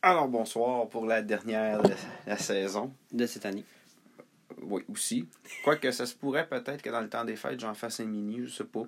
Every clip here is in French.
Alors, bonsoir pour la dernière de la saison. De cette année. Oui, aussi. Quoique ça se pourrait peut-être que dans le temps des fêtes, j'en fasse un mini, je sais pas.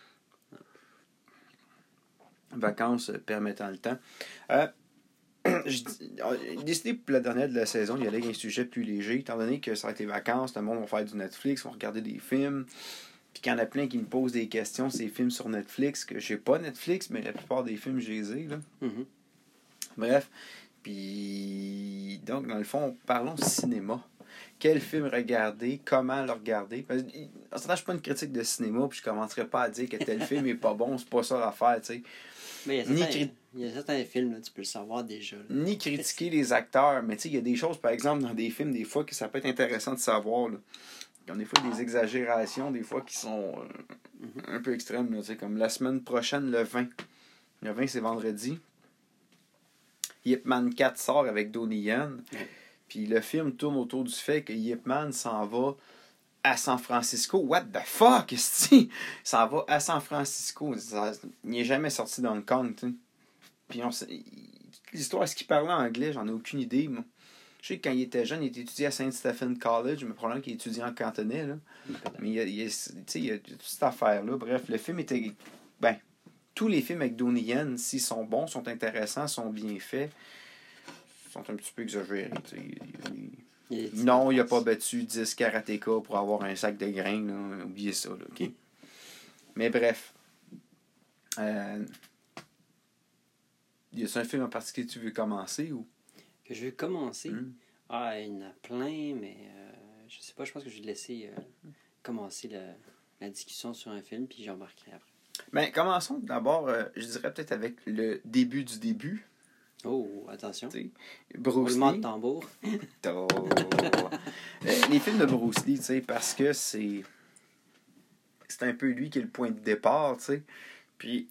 Vacances permettant le temps. J'ai décidé pour la dernière de la saison d'y aller avec un sujet plus léger, étant donné que ça va être les vacances, le monde va faire du Netflix, vont regarder des films. Puis qu'il y en a plein qui me posent des questions, ces films sur Netflix, que j'ai pas Netflix, mais la plupart des films, je les ai. Là. Mm-hmm. Bref. Puis, donc, dans le fond, parlons cinéma. Quel film regarder, comment le regarder. Parce que, en ce temps, je suis pas une critique de cinéma, puis je commencerai pas à dire que tel film est pas bon, c'est pas ça l'affaire, tu sais. Mais il y a certains films, là, tu peux le savoir déjà. Là. Ni critiquer les acteurs, mais tu sais, il y a des choses, par exemple, dans des films, des fois, que ça peut être intéressant de savoir, là. Il y a des fois des exagérations, des fois, qui sont un peu extrêmes, là, tu sais, comme la semaine prochaine, le 20. Le 20, c'est vendredi. Yip Man 4 sort avec Donnie Yen. Puis le film tourne autour du fait que Yip Man s'en va à San Francisco. What the fuck, est-ce il s'en va à San Francisco. Il n'est jamais sorti d'Hong Kong, tu sais. Puis l'histoire, est-ce qu'il parlait anglais? J'en ai aucune idée, moi. Je sais que quand il était jeune, il était étudié à Saint Stephen College, mais probablement qu'il étudiait en cantonais, là. Mais il y a toute cette affaire-là. Bref, le film était... Ben, tous les films avec Donnie Yen, s'ils sont bons, sont intéressants, sont bien faits, sont un petit peu exagérés. Non, il n'a pas battu 10 karatékas pour avoir un sac de grains. Là. Oubliez ça. Là, okay? Mais bref. Y a-t-il un film en particulier que tu veux commencer? Ou? Que je veux commencer? Ah, il y en a plein, mais je sais pas, je pense que je vais te laisser commencer la discussion sur un film, puis j'embarquerai après. Ben, commençons d'abord, je dirais peut-être avec le début du début. Oh, attention. Bruce Roulement Lee. de tambour. Les films de Bruce Lee, tu sais, parce que c'est un peu lui qui est le point de départ, tu sais. Puis,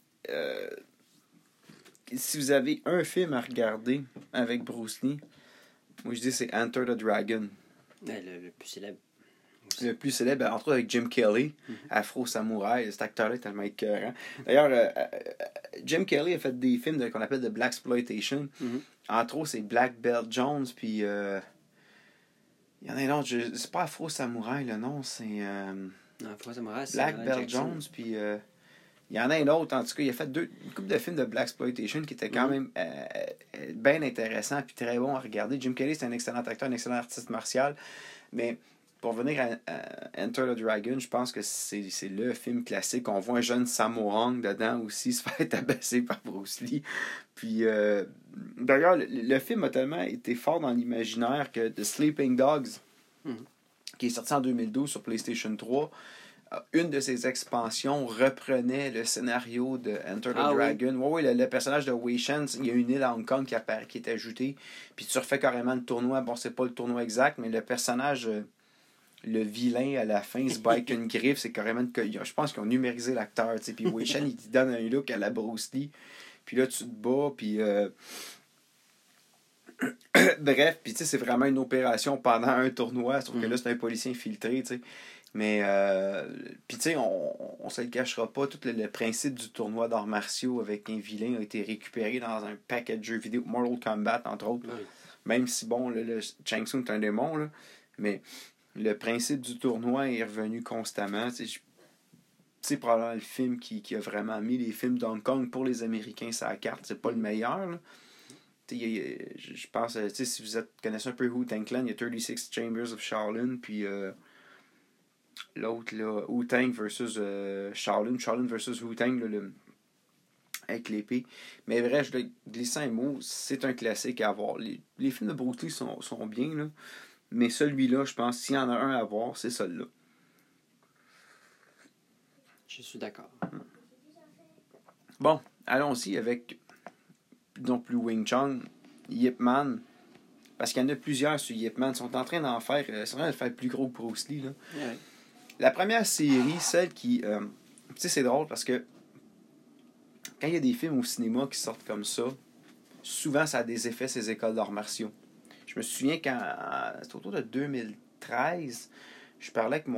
si vous avez un film à regarder avec Bruce Lee, moi je dis c'est Enter the Dragon. Le plus célèbre. Le plus célèbre, entre autres avec Jim Kelly, Afro Samouraï. Cet acteur-là est tellement écœurant. D'ailleurs, Jim Kelly a fait des films qu'on appelle de Blaxploitation. Entre autres, c'est Black Belt Jones, puis il y en a un autre, c'est pas Afro Samouraï, le nom, c'est Afro Samouraï, c'est Black Belt Jones, puis il y en a un autre, en tout cas, il a fait une couple de films de Blaxploitation qui étaient quand même bien intéressants, puis très bons à regarder. Jim Kelly, c'est un excellent acteur, un excellent artiste martial, mais pour venir à Enter the Dragon, je pense que c'est le film classique. On voit un jeune Sammo Hung dedans aussi se faire tabasser par Bruce Lee. Puis, d'ailleurs, le film a tellement été fort dans l'imaginaire que The Sleeping Dogs, qui est sorti en 2012 sur PlayStation 3, une de ses expansions reprenait le scénario de Enter the Dragon. Oui, le personnage de Wei Shen, il y a une île à Hong Kong qui est ajoutée. Puis tu refais carrément le tournoi. Bon, c'est pas le tournoi exact, mais le personnage... le vilain à la fin il se bat avec une griffe, c'est carrément je pense qu'ils ont numérisé l'acteur, tu sais, puis Wei Shen il te donne un look à la Bruce Lee, puis là tu te bats, puis bref, puis tu sais c'est vraiment une opération pendant un tournoi, sauf que là c'est un policier infiltré, tu sais, mais puis tu sais on se le cachera pas, tout le principe du tournoi d'arts martiaux avec un vilain a été récupéré dans un paquet de jeux vidéo, Mortal Kombat entre autres, même si bon le Shang Tsung est un démon là, mais le principe du tournoi est revenu constamment. C'est probablement le film qui a vraiment mis les films d'Hong Kong pour les Américains sur la carte. C'est pas le meilleur. Là. Je pense, si vous connaissez un peu Wu-Tang Clan, il y a 36 Chambers of Shaolin, puis l'autre, là, Wu-Tang versus Shaolin versus Wu-Tang, là, avec l'épée. Mais bref, je vais glisser un mot, c'est un classique à voir. Les films de Bruce Lee sont bien, là. Mais celui-là, je pense, s'il y en a un à voir, c'est celui-là. Je suis d'accord. Bon, allons-y avec, non plus Wing Chun, Yip Man. Parce qu'il y en a plusieurs sur Yip Man. Ils sont en train d'en faire, plus gros que Bruce Lee. Là. Ouais. La première série, celle qui... tu sais, c'est drôle parce que quand il y a des films au cinéma qui sortent comme ça, souvent ça a des effets, ces écoles d'arts martiaux. Je me souviens c'était autour de 2013, je parlais avec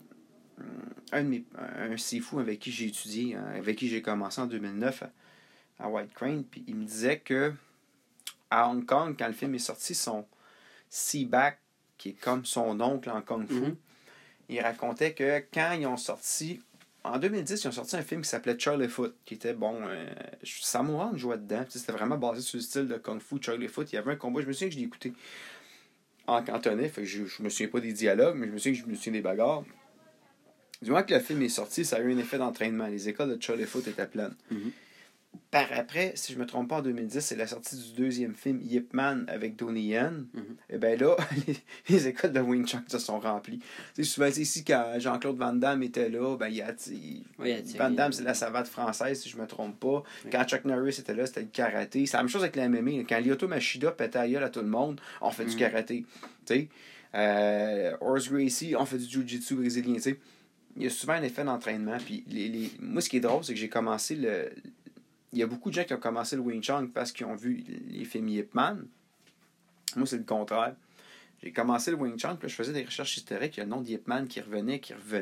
un sifu avec qui j'ai étudié, avec qui j'ai commencé en 2009 à White Crane, puis il me disait que à Hong Kong, quand le film est sorti, son Seaback, qui est comme son oncle en Kung Fu, il racontait que quand ils ont sorti, en 2010, ils ont sorti un film qui s'appelait Charlie Foot, qui était bon. Samoan jouait dedans. C'était vraiment basé sur le style de Kung Fu, Charlie Foot. Il y avait un combat, je me souviens que je l'ai écouté en cantonais, fait que je me souviens pas des dialogues, mais je me souviens des bagarres. Du moment que le film est sorti, ça a eu un effet d'entraînement. Les écoles de Charlie Foot étaient pleines. Par après, si je me trompe pas, en 2010, c'est la sortie du deuxième film, Yip Man, avec Donnie Yen. Et bien là, les écoles de Wing Chun se sont remplies. Souvent, ici, quand Jean-Claude Van Damme était là, ben, Van Damme, c'est la savate française, si je me trompe pas. Quand Chuck Norris était là, c'était le karaté. C'est la même chose avec la MMA. Quand Lyoto Machida pétait à gueule à tout le monde, on fait du karaté. Horace Gracie, on fait du jiu-jitsu brésilien. T'sais. Il y a souvent un effet d'entraînement. Puis moi, ce qui est drôle, c'est que j'ai commencé Il y a beaucoup de gens qui ont commencé le Wing Chun parce qu'ils ont vu les films Yip Man. Moi, c'est le contraire. J'ai commencé le Wing Chun, puis je faisais des recherches historiques. Il y a le nom de Yip Man qui revenait.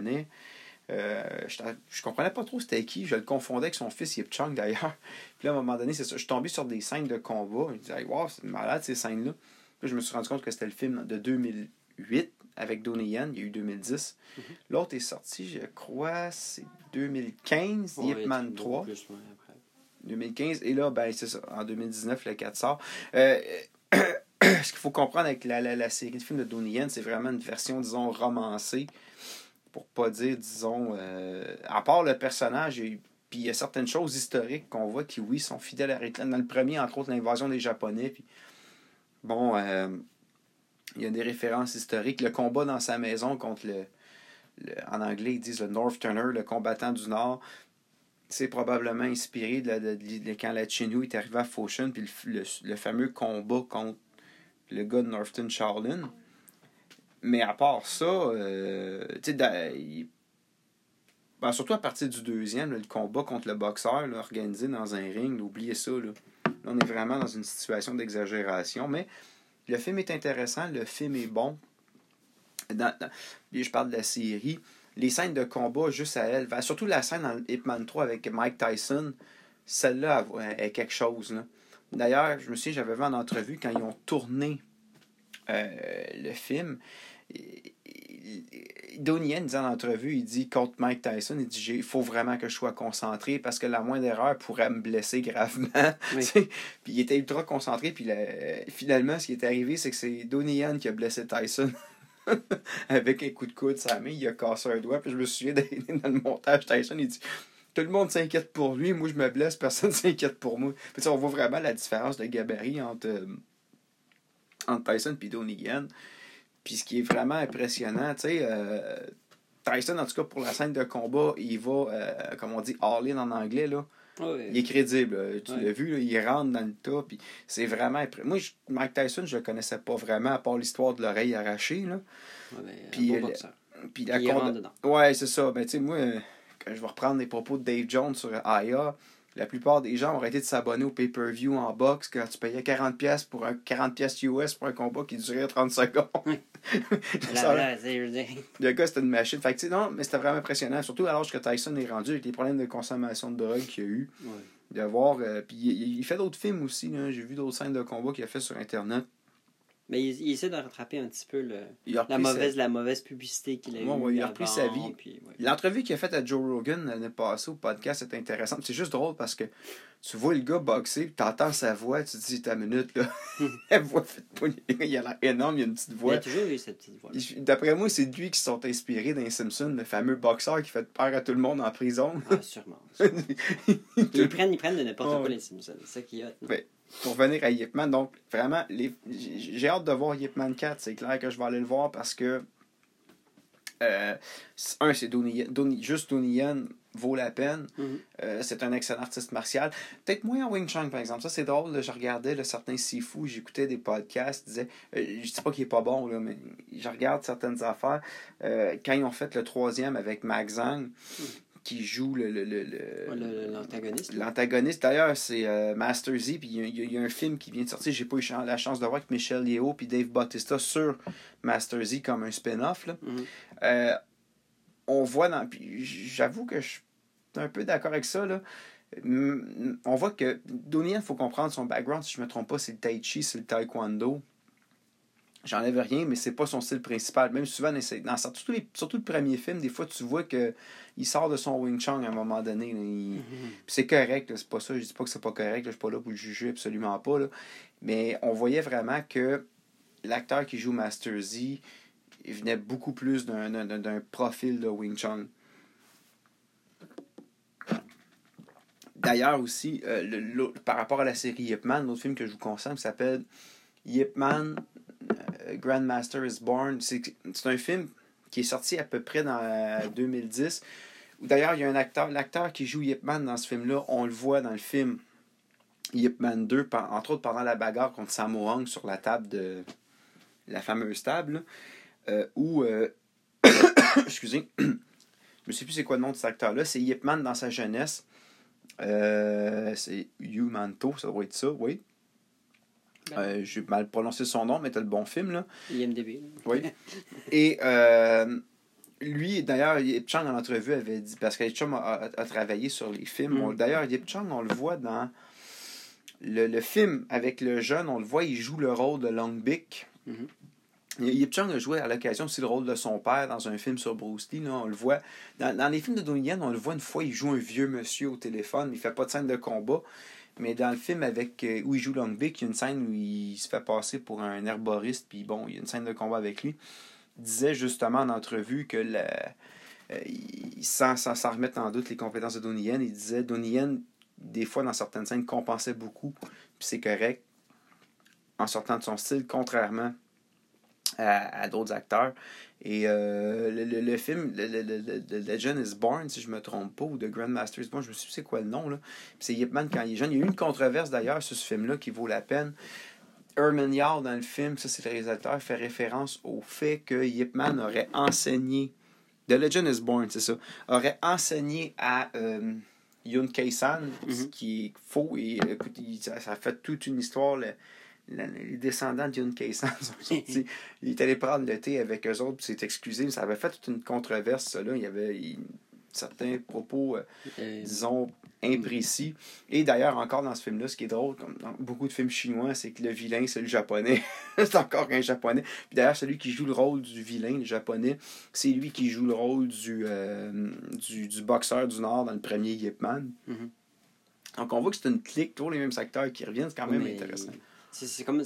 Je comprenais pas trop c'était qui. Je le confondais avec son fils Yip Chung, d'ailleurs. Puis là, à un moment donné, c'est ça. Je suis tombé sur des scènes de combat. Je me disais, wow, c'est malade, ces scènes-là. Puis je me suis rendu compte que c'était le film de 2008 avec Donnie Yen. Il y a eu 2010. L'autre est sorti, je crois, c'est 2015, Yip Man 3. 2015, et là, ben, c'est ça, en 2019, le 4 sort. Ce qu'il faut comprendre avec la série de films de Donnie Yen, c'est vraiment une version, disons, romancée, pour pas dire, disons, à part le personnage, puis il y a certaines choses historiques qu'on voit qui, oui, sont fidèles à Hitler. Dans le premier, entre autres, l'invasion des Japonais, puis bon, il y a des références historiques. Le combat dans sa maison contre en anglais, ils disent le North Turner, le combattant du Nord. C'est probablement inspiré de quand la Chinoo est arrivé à Foshan, puis le fameux combat contre le gars de Northton Shaolin. Mais à part ça, surtout à partir du deuxième, le combat contre le boxeur là, organisé dans un ring, oubliez ça. Là, on est vraiment dans une situation d'exagération. Mais le film est intéressant, le film est bon. Je parle de la série. Les scènes de combat juste à elle, surtout la scène dans Ip Man 3 avec Mike Tyson, celle-là est quelque chose. Là. D'ailleurs, je me souviens, j'avais vu en entrevue quand ils ont tourné le film. Donnie Yen disait en entrevue, il dit contre Mike Tyson, il dit il faut vraiment que je sois concentré parce que la moindre erreur pourrait me blesser gravement. Oui. Puis il était ultra concentré, puis finalement, ce qui est arrivé, c'est que c'est Donnie Yen qui a blessé Tyson. Avec un coup de coude, sa main, il a cassé un doigt. Puis je me souviens dans le montage, Tyson, il dit tout le monde s'inquiète pour lui, moi je me blesse, personne ne s'inquiète pour moi. Puis on voit vraiment la différence de gabarit entre Tyson et Donnie Yen. Puis ce qui est vraiment impressionnant, Tyson, en tout cas pour la scène de combat, il va, comme on dit, all-in en anglais, là. Oui. Il est crédible. Là. Tu l'as vu, là, il rentre dans le tas. Puis c'est vraiment. Moi, Mike Tyson, je le connaissais pas vraiment, à part l'histoire de l'oreille arrachée. Là. Puis il rentre dedans. Ouais, c'est ça. Ben, tu sais, moi, quand je vais reprendre les propos de Dave Jones sur Aya, la plupart des gens ont arrêté de s'abonner au pay-per-view en boxe quand tu payais 40$ pour 40$ US pour un combat qui durait 30 secondes. Le gars, c'était une machine. Fait que, non, mais c'était vraiment impressionnant. Surtout à l'âge que Tyson est rendu avec les problèmes de consommation de drogue qu'il y a eu. De voir. Puis il fait d'autres films aussi. Là. J'ai vu d'autres scènes de combat qu'il a fait sur Internet. Mais il essaie de rattraper un petit peu la mauvaise publicité qu'il a eue. Il a repris sa vie. Puis, l'entrevue qu'il a faite à Joe Rogan l'année passée au podcast, c'est intéressant. C'est juste drôle parce que tu vois le gars boxer, puis tu entends sa voix, tu te dis, ta minute, là. La voix fait pas. Il a l'air énorme, il y a une petite voix. Il a toujours eu cette petite voix. D'après moi, c'est de lui qui se sont inspirés dans Simpson, le fameux boxeur qui fait peur à tout le monde en prison. Ah, sûrement. Ils prennent de n'importe quoi les Simpsons. C'est ça qu'il y a. Pour venir à Yip Man, donc vraiment, j'ai hâte de voir Yip Man 4. C'est clair que je vais aller le voir parce que c'est juste Donnie Yen vaut la peine. C'est un excellent artiste martial. Peut-être moins en Wing Chun, par exemple. Ça, c'est drôle. Là, je regardais certains Sifu, j'écoutais des podcasts, je disais, je dis pas qu'il est pas bon, là, mais je regarde certaines affaires. Quand ils ont fait le 3e avec Max Zhang, qui joue l'antagoniste. L'antagoniste, d'ailleurs, c'est Master Z, puis il y a un film qui vient de sortir, j'ai pas eu la chance de voir, avec Michelle Yeoh puis Dave Bautista sur Master Z comme un spin-off. Là. On voit puis j'avoue que je suis un peu d'accord avec ça, là. On voit que Donnie Yen, il faut comprendre son background, si je ne me trompe pas, c'est le tai chi, c'est le taekwondo. J'enlève rien, mais c'est pas son style principal. Même souvent, surtout le premier film, des fois, tu vois que il sort de son Wing Chun à un moment donné. Là, c'est correct, là, c'est pas ça. Je dis pas que c'est pas correct. Là, je suis pas là pour le juger, absolument pas. Là. Mais on voyait vraiment que l'acteur qui joue Master Z, il venait beaucoup plus d'un profil de Wing Chun. D'ailleurs aussi, par rapport à la série Ip Man, l'autre film que je vous conseille s'appelle Ip Man Grandmaster is Born. C'est un film qui est sorti à peu près dans 2010. D'ailleurs, il y a l'acteur qui joue Ip Man dans ce film-là, on le voit dans le film Ip Man 2, entre autres pendant la bagarre contre Sammo Hung sur la table de la fameuse table, où excusez, je me sais plus c'est quoi le nom de cet acteur-là, c'est Ip Man dans sa jeunesse. C'est Yu Manto, ça doit être ça, oui. J'ai mal prononcé son nom, mais t'as le bon film, là. IMDb. Oui. Et lui, d'ailleurs, Ip Chang, en entrevue, avait dit, parce que Ip Chang a travaillé sur les films. D'ailleurs, Ip Chang, on le voit dans le film avec le jeune, on le voit, il joue le rôle de Long Bick. Ip Chang a joué à l'occasion aussi le rôle de son père dans un film sur Bruce Lee. Là, on le voit. Dans les films de Donnie Yen, on le voit une fois, il joue un vieux monsieur au téléphone, il fait pas de scène de combat. Mais dans le film où il joue Long Bick, il y a une scène où il se fait passer pour un herboriste, puis bon, il y a une scène de combat avec lui. Il disait justement en entrevue que sans remettre en doute les compétences de Donnie Yen, il disait Donnie Yen, des fois dans certaines scènes, compensait beaucoup, puis c'est correct, en sortant de son style, contrairement à d'autres acteurs. Et le film The Legend is Born, si je me trompe pas, ou The Grandmaster is Born, je me souviens plus c'est quoi le nom, là. Puis c'est Ip Man quand il est jeune. Il y a eu une controverse d'ailleurs sur ce film-là qui vaut la peine. Herman Yao dans le film, ça c'est le réalisateur, fait référence au fait que Ip Man aurait enseigné, The Legend is Born, c'est ça, aurait enseigné à Yun Kei-san, ce qui est faux, et écoute, ça fait toute une histoire. Les descendants de Yun Kei-san sont sortis. Il est allé prendre le thé avec eux autres, puis s'est excusé. Ça avait fait toute une controverse, ça, là. Il y avait certains propos, disons, imprécis. Et d'ailleurs, encore dans ce film-là, ce qui est drôle, comme dans beaucoup de films chinois, c'est que le vilain, c'est le japonais. C'est encore un japonais. Puis d'ailleurs, celui qui joue le rôle du vilain, le japonais, c'est lui qui joue le rôle du boxeur du Nord dans le premier Ip Man. Donc on voit que c'est une clique, tous les mêmes acteurs qui reviennent, c'est quand même intéressant. C'est comme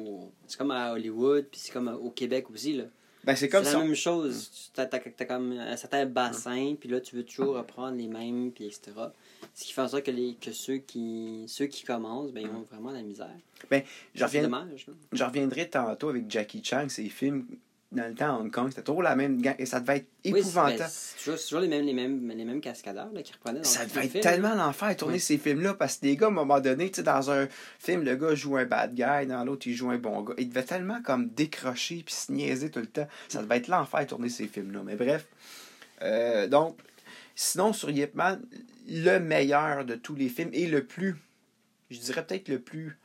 à Hollywood, puis c'est comme au Québec aussi, là. Ben, c'est comme la même chose. T'as comme un certain bassin, puis là, tu veux toujours reprendre les mêmes, puis etc. Ce qui fait en sorte que ceux qui commencent, ben, ils ont vraiment la misère. Ben, c'est dommage. Je reviendrai tantôt avec Jackie Chan, ces films dans le temps à Hong Kong, c'était toujours la même gang, et ça devait être épouvantable. C'est toujours les mêmes cascadeurs là, qui reprenaient dans ça devait être films, tellement l'enfer tourner ces films-là, parce que les gars, à un moment donné, tu sais, dans un film, le gars joue un bad guy, dans l'autre, il joue un bon gars. Il devait tellement comme décrocher puis se niaiser tout le temps. Ça devait être l'enfer tourner ces films-là. Mais bref. Donc, sinon, sur Ip Man, le meilleur de tous les films et le plus, je dirais peut-être le plus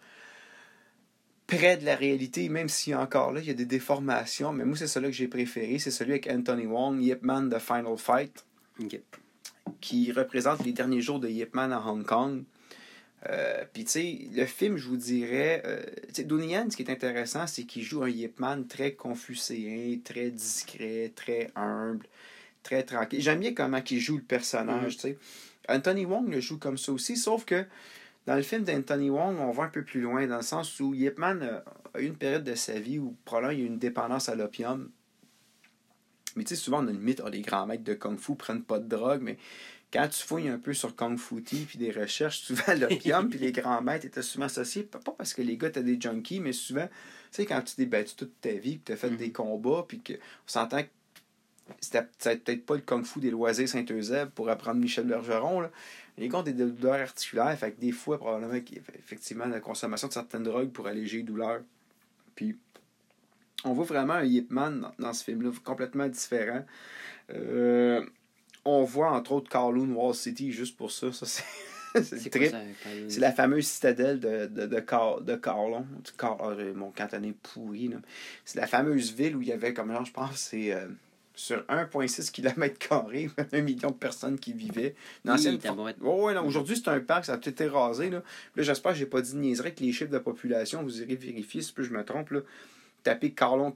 près de la réalité, même si encore là, il y a des déformations. Mais moi, c'est celui que j'ai préféré. C'est celui avec Anthony Wong, Ip Man The Final Fight, qui représente les derniers jours de Ip Man à Hong Kong. Puis, tu sais, le film, je vous dirais... Donnie Yen, ce qui est intéressant, c'est qu'il joue un Ip Man très confucéen, très discret, très humble, très tranquille. J'aime bien comment il joue le personnage, tu sais. Anthony Wong le joue comme ça aussi, sauf que dans le film d'Anthony Wong, on va un peu plus loin, dans le sens où Ip Man a eu une période de sa vie où probablement il y a eu une dépendance à l'opium. Mais tu sais, souvent on a une mythe, les grands maîtres de Kung Fu prennent pas de drogue, mais quand tu fouilles un peu sur Kung Fu Tea puis des recherches, souvent l'opium puis les grands maîtres étaient souvent associés, pas parce que les gars étaient des junkies, mais souvent, tu sais, quand tu t'es battu toute ta vie, que tu as fait des combats, puis qu'on s'entend que c'était peut-être pas le Kung Fu des loisirs Saint-Eusèbe pour apprendre Michel Bergeron, là. Les gars ont des douleurs articulaires, fait que des fois, probablement, effectivement, la consommation de certaines drogues pour alléger les douleurs. Puis, on voit vraiment un Ip Man dans ce film-là, complètement différent. On voit, entre autres, Kowloon Wall City, juste pour ça. Ça, c'est trip. C'est la fameuse citadelle de Kowloon. Mon cantonais pourri, là. C'est la fameuse ville où il y avait, comme genre, je pense, c'est sur 1,6 km², 1 million de personnes qui vivaient. Non, aujourd'hui, c'est un parc, ça a tout été rasé. Là, j'espère que je n'ai pas dit de niaiserie avec les chiffres de population. Vous irez vérifier si je me trompe. Là. Tapez Kowloon,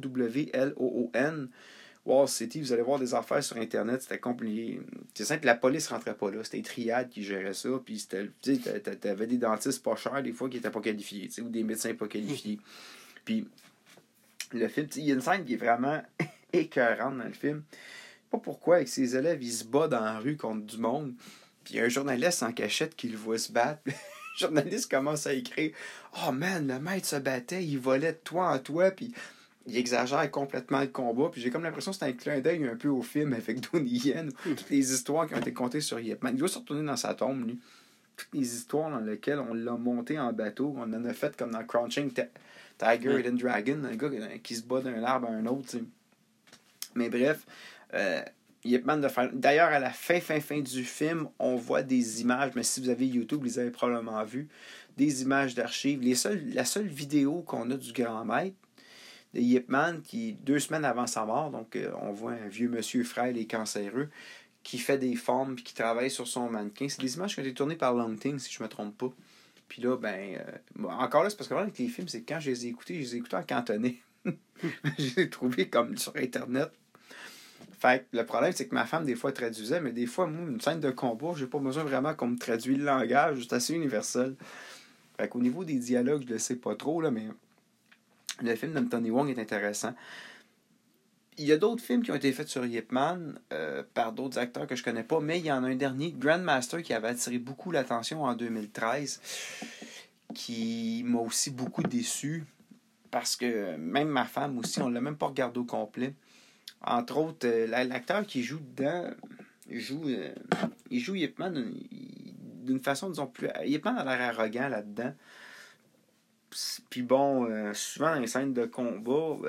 Kowloon. Wall City, vous allez voir des affaires sur Internet, c'était compliqué. C'est simple, la police rentrait pas là. C'était les triades qui géraient ça. Puis t'avais des dentistes pas chers, des fois, qui n'étaient pas qualifiés, ou des médecins pas qualifiés. Puis le film, il y a une scène qui est vraiment écœurante dans le film. Je sais pas pourquoi, avec ses élèves, ils se battent dans la rue contre du monde. Puis il y a un journaliste en cachette qui le voit se battre. Le journaliste commence à écrire « Oh man, le maître se battait, il volait de toi en toi. » Puis il exagère complètement le combat. Puis j'ai comme l'impression que c'est un clin d'œil un peu au film avec Donnie Yen. Toutes les histoires qui ont été contées sur Yip Man. Il doit se retourner dans sa tombe, lui. Toutes les histoires dans lesquelles on l'a monté en bateau. On en a fait comme dans Crouching Tiger, Hidden Dragon. Un gars qui se bat d'un arbre à un autre. T'sais. Mais bref, Yip Man de faire... D'ailleurs, à la fin du film, on voit des images. Mais si vous avez YouTube, vous les avez probablement vues. Des images d'archives. La seule vidéo qu'on a du grand maître, de Yip Man, qui, 2 semaines avant sa mort, donc on voit un vieux monsieur frêle et cancéreux qui fait des formes et qui travaille sur son mannequin. C'est des images qui ont été tournées par Longting, si je me trompe pas. Puis là, encore là, c'est parce que avec les films, c'est que quand je les ai écoutés en cantonais. Je les ai trouvés comme sur Internet. Fait que le problème, c'est que ma femme, des fois, traduisait, mais des fois, moi, une scène de combat, j'ai pas besoin vraiment qu'on me traduise le langage, c'est assez universel. Fait qu'au niveau des dialogues, je le sais pas trop, là, mais le film d'Anthony Wong est intéressant. Il y a d'autres films qui ont été faits sur Yip Man par d'autres acteurs que je connais pas, mais il y en a un dernier, Grandmaster, qui avait attiré beaucoup l'attention en 2013, qui m'a aussi beaucoup déçu, parce que même ma femme aussi, on l'a même pas regardé au complet. Entre autres, l'acteur qui joue dedans, il joue Yip Man d'une façon, disons, plus... Yip Man a l'air arrogant là-dedans. Puis bon, souvent dans les scènes de combat,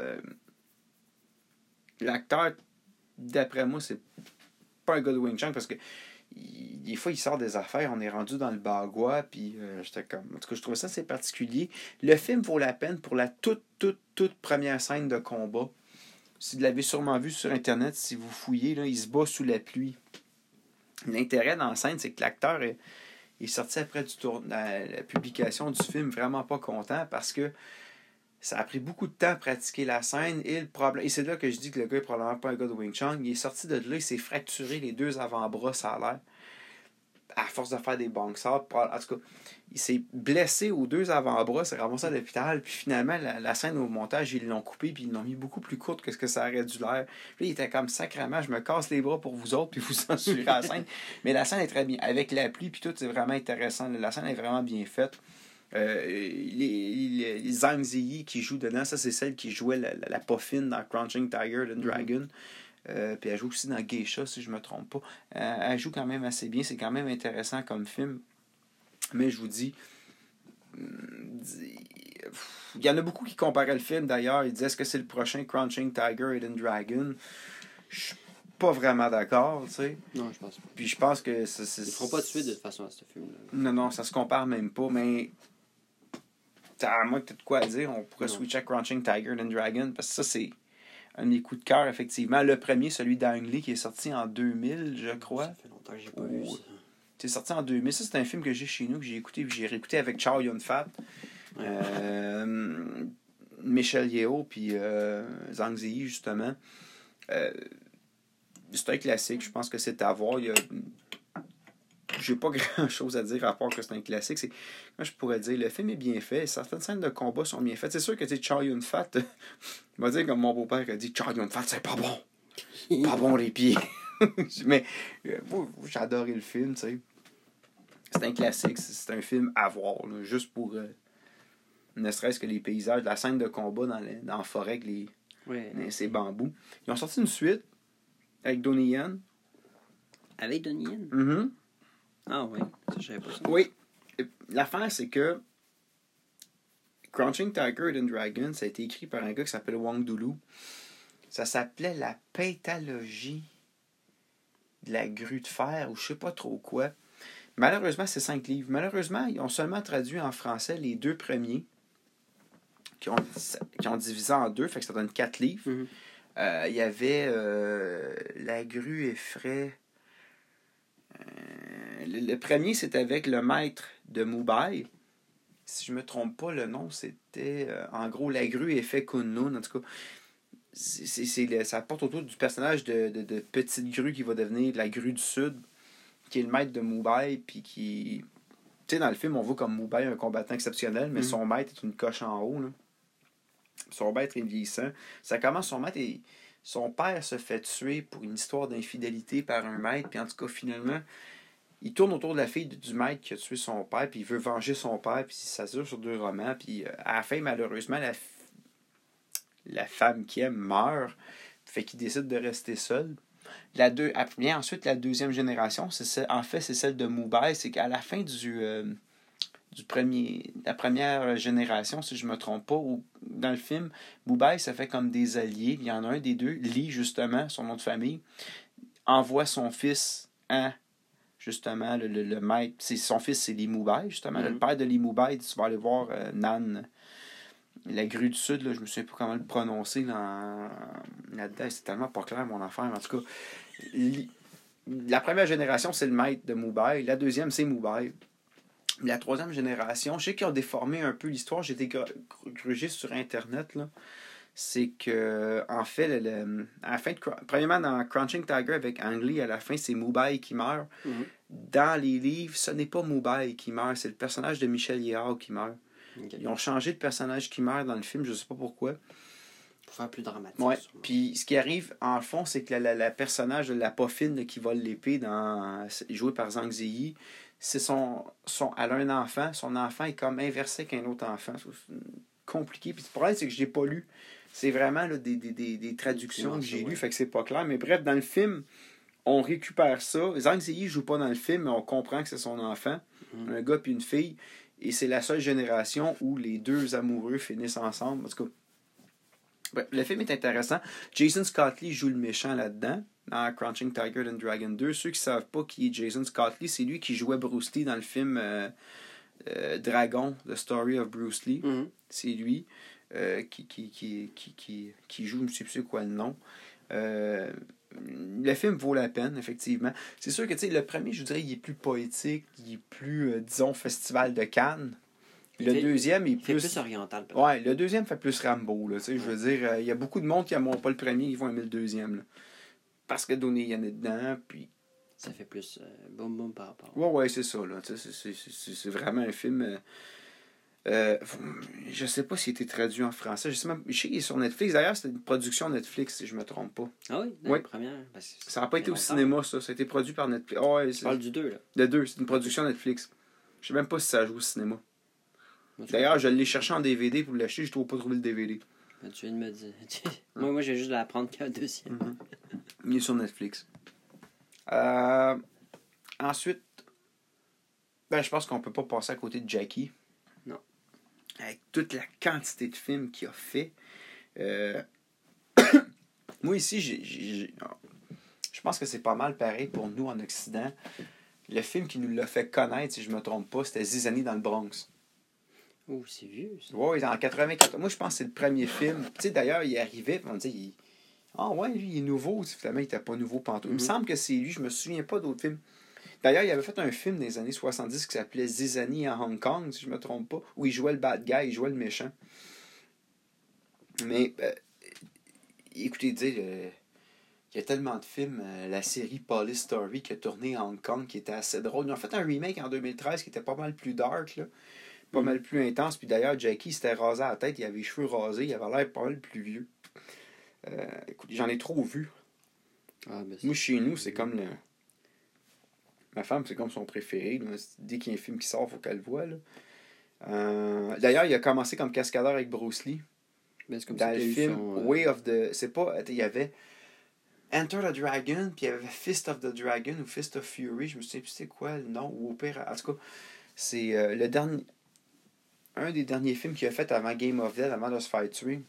l'acteur, d'après moi, c'est pas un gars de Wing Chun parce que des fois, il sort des affaires, on est rendu dans le bagua, puis j'étais comme... En tout cas, je trouvais ça assez particulier. Le film vaut la peine pour la toute première scène de combat. Si vous l'avez sûrement vu sur Internet, si vous fouillez, là, il se bat sous la pluie. L'intérêt dans la scène, c'est que l'acteur est sorti après la publication du film vraiment pas content parce que ça a pris beaucoup de temps à pratiquer la scène et c'est là que je dis que le gars est probablement pas un gars de Wing Chun. Il est sorti de là, il s'est fracturé les 2 avant-bras, ça a l'air, à force de faire des bang saws. En tout cas, il s'est blessé aux 2 avant-bras, s'est ramassé à l'hôpital, puis finalement, la scène au montage, ils l'ont coupé, puis ils l'ont mis beaucoup plus courte que ce que ça aurait dû l'air. Puis il était comme sacrément, je me casse les bras pour vous autres, puis vous censurez la scène. Mais la scène est très bien. Avec la pluie, puis tout, c'est vraiment intéressant. La scène est vraiment bien faite. Les Zhang Ziyi qui joue dedans, ça c'est celle qui jouait la poffine dans Crouching Tiger, Hidden Dragon. Puis elle joue aussi dans Geisha, si je me trompe pas. Elle joue quand même assez bien, c'est quand même intéressant comme film. Mais je vous dis, il y en a beaucoup qui comparaient le film d'ailleurs. Ils disaient est-ce que c'est le prochain Crouching Tiger, Hidden Dragon? Je suis pas vraiment d'accord, tu sais. Non, je pense pas. Puis je pense que ils feront pas de suite de toute façon à ce film-là. Non, ça se compare même pas, mais à moins que tu aies de quoi à dire, on pourrait switcher à Crouching Tiger, Hidden Dragon, parce que ça, c'est un de mes coups de cœur, effectivement. Le premier, celui d'Ang Lee, qui est sorti en 2000, je crois. Ça fait longtemps que j'ai pas vu ça. C'est sorti en 2000. Ça, c'est un film que j'ai chez nous, que j'ai écouté, puis j'ai réécouté avec Chow Yun-fat, Michelle Yeoh, puis Zhang Ziyi, justement. C'est un classique. Je pense que c'est à voir. J'ai pas grand-chose à dire à part que c'est un classique. Moi, je pourrais dire, le film est bien fait. Certaines scènes de combat sont bien faites. C'est sûr que Chow Yun-fat, il va dire comme mon beau-père a dit, Chow Yun-fat, c'est pas bon. Pas bon les pieds. Mais j'ai adoré le film, tu sais. C'est un classique. C'est un film à voir, là, juste pour ne serait-ce que les paysages, la scène de combat dans la forêt avec ces bambous. Ils ont sorti une suite avec Donnie Yen. Avec Donnie Yen? Mm-hmm. Ah oui, ça je savais pas ça. Oui. L'affaire, c'est que Crouching Tiger, Hidden Dragon, ça a été écrit par un gars qui s'appelle Wang Dulu. Ça s'appelait La pétalogie de la grue de fer, ou je sais pas trop quoi. Malheureusement, c'est 5 livres. Malheureusement, ils ont seulement traduit en français les 2 premiers, qui ont divisé en 2, fait que ça donne 4 livres. Il y avait La grue effraie. Le premier, c'était avec le maître de Mumbai. Si je me trompe pas, le nom, c'était en gros La grue effet Kunlun. En tout cas, ça porte autour du personnage de Petite Grue qui va devenir la grue du Sud, qui est le maître de Mumbai, puis qui... Tu sais, dans le film, on voit comme Mumbai un combattant exceptionnel, mais son maître est une coche en haut, là. Son maître est vieillissant. Ça commence, son père se fait tuer pour une histoire d'infidélité par un maître, puis en tout cas, finalement, il tourne autour de la fille du maître qui a tué son père, puis il veut venger son père, puis ça dure sur 2 romans, puis à la fin, malheureusement, la femme qui aime meurt, fait qu'il décide de rester seul. Ensuite, la deuxième génération, c'est celle de Mumbai, c'est qu'à la fin la première génération, si je me trompe pas, dans le film, Mumbai, ça fait comme des alliés. Il y en a un des deux, Lee, justement, son nom de famille, envoie son fils à, justement, le maître. Son fils, c'est Lee Mumbai, justement. Le père de Lee Mumbai dit, tu vas aller voir Nan, la grue du Sud, là, je me souviens pas comment le prononcer là-dedans. C'est tellement pas clair, mon affaire. En tout cas, la première génération, c'est le maître de Mumbai. La deuxième, c'est Mumbai. La troisième génération, je sais qu'ils ont déformé un peu l'histoire. J'ai été grugé sur Internet, là. C'est que, en fait, à la fin premièrement, dans Crouching Tiger avec Ang Lee, à la fin, c'est Mumbai qui meurt. Dans les livres, ce n'est pas Mumbai qui meurt, c'est le personnage de Michel Yeo qui meurt. Okay. Ils ont changé de personnage qui meurt dans le film, je sais pas pourquoi. Pour faire plus dramatique. Ouais. Puis ce qui arrive, en fond, c'est que la personnage de la Poffine qui vole l'épée, jouée par Zhang Ziyi, c'est elle a un enfant. Son enfant est comme inversé qu'un autre enfant. C'est compliqué. Puis le problème, c'est que je l'ai pas lu. C'est vraiment là, des traductions que j'ai lues, fait que c'est pas clair. Mais bref, dans le film, on récupère ça. Zhang Ziyi joue pas dans le film, mais on comprend que c'est son enfant. Un gars puis une fille. Et c'est la seule génération où les deux amoureux finissent ensemble. En tout cas, bref, le film est intéressant. Jason Scott Lee joue le méchant là-dedans, dans Crouching Tiger and Dragon 2. Ceux qui ne savent pas qui est Jason Scott Lee, c'est lui qui jouait Bruce Lee dans le film Dragon, The Story of Bruce Lee. C'est lui qui joue, je ne sais plus quoi le nom. Le film vaut la peine, effectivement. C'est sûr que le premier, je dirais, il est plus poétique, il est plus, disons, Festival de Cannes. Le deuxième, il est plus oriental. Ouais, le deuxième fait plus Rambo. Là, je veux dire, il y a beaucoup de monde qui n'aimeront pas le premier, ils vont aimer le deuxième. Là. Parce que Donnie Yen est dedans, puis... Ça fait plus boum boum par rapport. Ouais, c'est ça. Là. C'est vraiment un film... je sais pas s'il a été traduit en français. Je sais qu'il est sur Netflix. D'ailleurs, c'était une production Netflix, si je me trompe pas. Ah oui? Oui. La première. Ça n'a pas été au cinéma, ça. Ça a été produit par Netflix. Oh, ouais, tu parles du 2, là. Le 2, c'est une production Netflix. Je sais même pas si ça joue au cinéma. D'ailleurs, je l'ai cherché en DVD pour l'acheter, je ne pas trouvé le DVD. Ben, tu viens de me dire. Moi, j'ai juste à apprendre qu'il y a un deuxième. Il est sur Netflix. Ensuite, je pense qu'on ne peut pas passer à côté de Jackie. Non. Avec toute la quantité de films qu'il a fait. Moi, ici, je pense que c'est pas mal pareil pour nous en Occident. Le film qui nous l'a fait connaître, si je ne me trompe pas, c'était Zizanie dans le Bronx. Oh, c'est vieux, ça. Oui, en 84. Moi, je pense que c'est le premier film. Tu sais, d'ailleurs, il arrivait, on dit, lui, il est nouveau. Finalement, il n'était pas nouveau pantoute. Il me semble que c'est lui, je me souviens pas d'autres films. D'ailleurs, il avait fait un film des années 70 qui s'appelait Zizanie en Hong Kong, si je me trompe pas, où il jouait le bad guy, il jouait le méchant. Mais, écoutez, il y a tellement de films. La série Police Story qui a tourné à Hong Kong, qui était assez drôle. Ils ont fait un remake en 2013 qui était pas mal plus dark, là. Pas mal plus intense. Puis d'ailleurs, Jackie s'était rasé à la tête. Il avait les cheveux rasés. Il avait l'air pas mal plus vieux. Écoute, j'en ai trop vu. Moi, chez nous, c'est comme ma femme, c'est comme son préféré. Là. Dès qu'il y a un film qui sort, il faut qu'elle le voie. Là. D'ailleurs, il a commencé comme cascadeur avec Bruce Lee. Ben, c'est comme dans le film Way of the... C'est pas... Il y avait Enter the Dragon, puis il y avait Fist of the Dragon ou Fist of Fury. Je me souviens plus c'est quoi le nom. Ou au pire... En tout cas, c'est le dernier... Un des derniers films qu'il a fait avant Game of Death, avant de se faire tuer.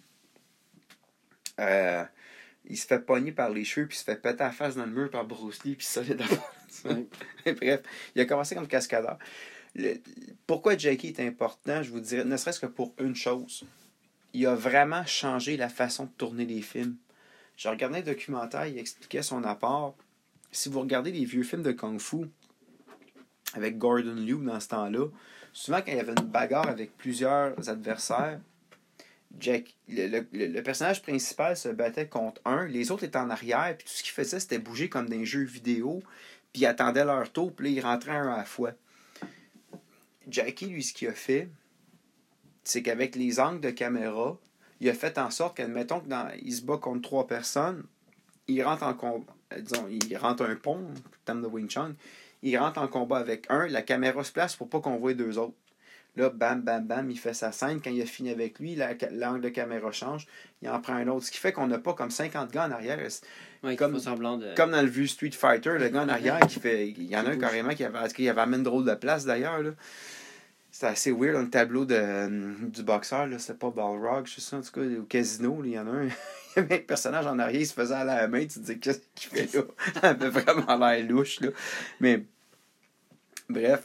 Il se fait pogner par les cheveux, puis il se fait péter la face dans le mur par Bruce Lee, puis ça l'est d'abord. Bref, il a commencé comme cascadeur. Pourquoi Jackie est important, je vous dirais, ne serait-ce que pour une chose. Il a vraiment changé la façon de tourner les films. Je regardais un documentaire, il expliquait son apport. Si vous regardez les vieux films de Kung Fu avec Gordon Liu dans ce temps-là, souvent quand il y avait une bagarre avec plusieurs adversaires, le personnage principal se battait contre un, les autres étaient en arrière, puis tout ce qu'il faisait, c'était bouger comme dans les jeux vidéo, puis ils attendaient leur tour, puis là, ils rentraient un à la fois. Jackie, lui, ce qu'il a fait, c'est qu'avec les angles de caméra, il a fait en sorte qu'admettons qu'il se bat contre 3 personnes, il rentre en combat, disons, il rentre un pont, terme de Wing Chun, il rentre en combat avec un, la caméra se place pour pas qu'on voit 2 autres. Là, bam, bam, bam, il fait sa scène. Quand il a fini avec lui, l'angle de caméra change, il en prend un autre. Ce qui fait qu'on n'a pas comme 50 gars en arrière. Ouais, comme dans le vieux Street Fighter, le gars en arrière qui fait. Il y en a un carrément qui avait amené une drôle de place d'ailleurs. Là. C'était assez weird dans le tableau du boxeur. Là. C'était pas Balrog, je sais ça. En tout cas, au casino, là, il y en a un. Il y avait un personnage en arrière, il se faisait à la main. Tu te dis, qu'est-ce qu'il fait là? Ça avait vraiment l'air louche. Là. Mais, bref.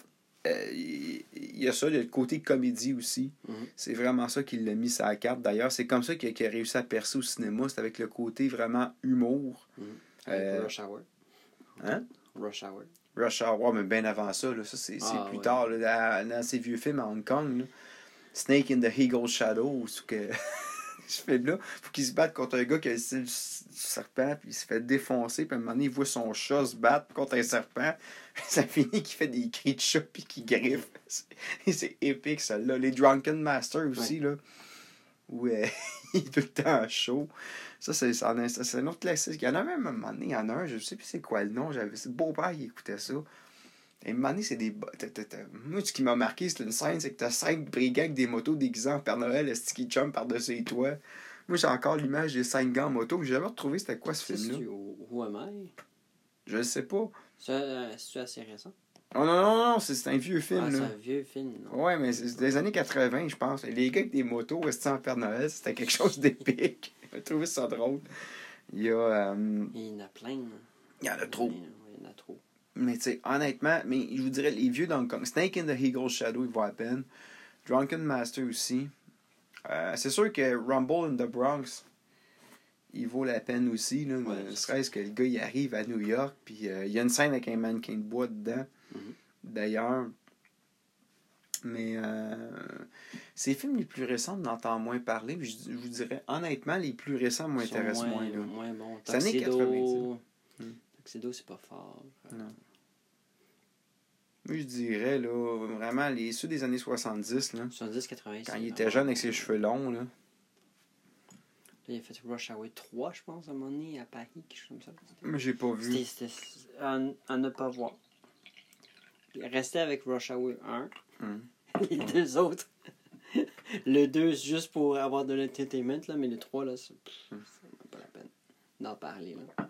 Il y a ça, il y a le côté comédie aussi. Mm-hmm. C'est vraiment ça qu'il l'a mis sur la carte. D'ailleurs, c'est comme ça qu'il a réussi à percer au cinéma. C'est avec le côté vraiment humour. Avec Rush Hour. Hein? Rush Hour. Rush Hour, mais bien avant ça. Là, ça c'est plus tard. Là, dans ces vieux films à Hong Kong. Là. Snake in the Eagle's Shadow. Que... ce film-là, faut qu'il se batte contre un gars qui a le style du serpent, puis il se fait défoncer, puis à un moment donné, il voit son chat se battre contre un serpent. Ça finit qu'il fait des cris de chat, puis qu'il griffe. C'est épique, ça là. Les Drunken Master aussi, là, où il est tout le temps chaud. Ça, c'est un autre classique. Il y en a même un moment donné, il y en a un, je sais plus c'est quoi le nom, c'est le beau-père qui écoutait ça. Et à un moment donné, c'est des... Moi, ce qui m'a marqué, c'est une scène, c'est que t'as 5 brigands avec des motos déguisés en Père Noël, le sticky jump par-dessus les toits. Moi, j'ai encore l'image des 5 gars en moto, mais j'ai jamais retrouvé c'était quoi ce film-là. C'est Who Am I? Je le sais pas. C'est assez récent? Oh non, c'est un vieux film. C'est un vieux film, non? Ouais, mais c'est des années 80, je pense. Les gars avec des motos, restés en Père Noël, c'était quelque chose d'épique. J'ai trouvé ça drôle. Il y a... Il y en a plein. Il y en a trop. Il y en a trop. Mais tu sais, honnêtement, mais je vous dirais, les vieux dans le Kong, Snake in the Eagle's Shadow, il vaut à peine. Drunken Master aussi. C'est sûr que Rumble in the Bronx, il vaut la peine aussi. Là, ne serait-ce que le gars, il arrive à New York, puis il y a une scène avec un mannequin de bois dedans, d'ailleurs. Mais ces films les plus récents, on entend moins parler. Je vous dirais, honnêtement, les plus récents m'intéressent moins. Moins bon. C'est années 90. Tuxedo, c'est pas fort. Non. Moi, je dirais, là, vraiment, ceux des années 70, là. 70-80. Quand il était jeune avec ses cheveux longs, là. Là, il a fait Rush Hour 3, je pense, à un moment donné, à Paris, quelque chose comme ça. Mais j'ai pas vu. C'était à ne pas voir. Il restait avec Rush Hour 1. Les 2 autres. Le 2, juste pour avoir de l'entertainment, là, mais le 3, là, c'est même pas la peine d'en parler, là.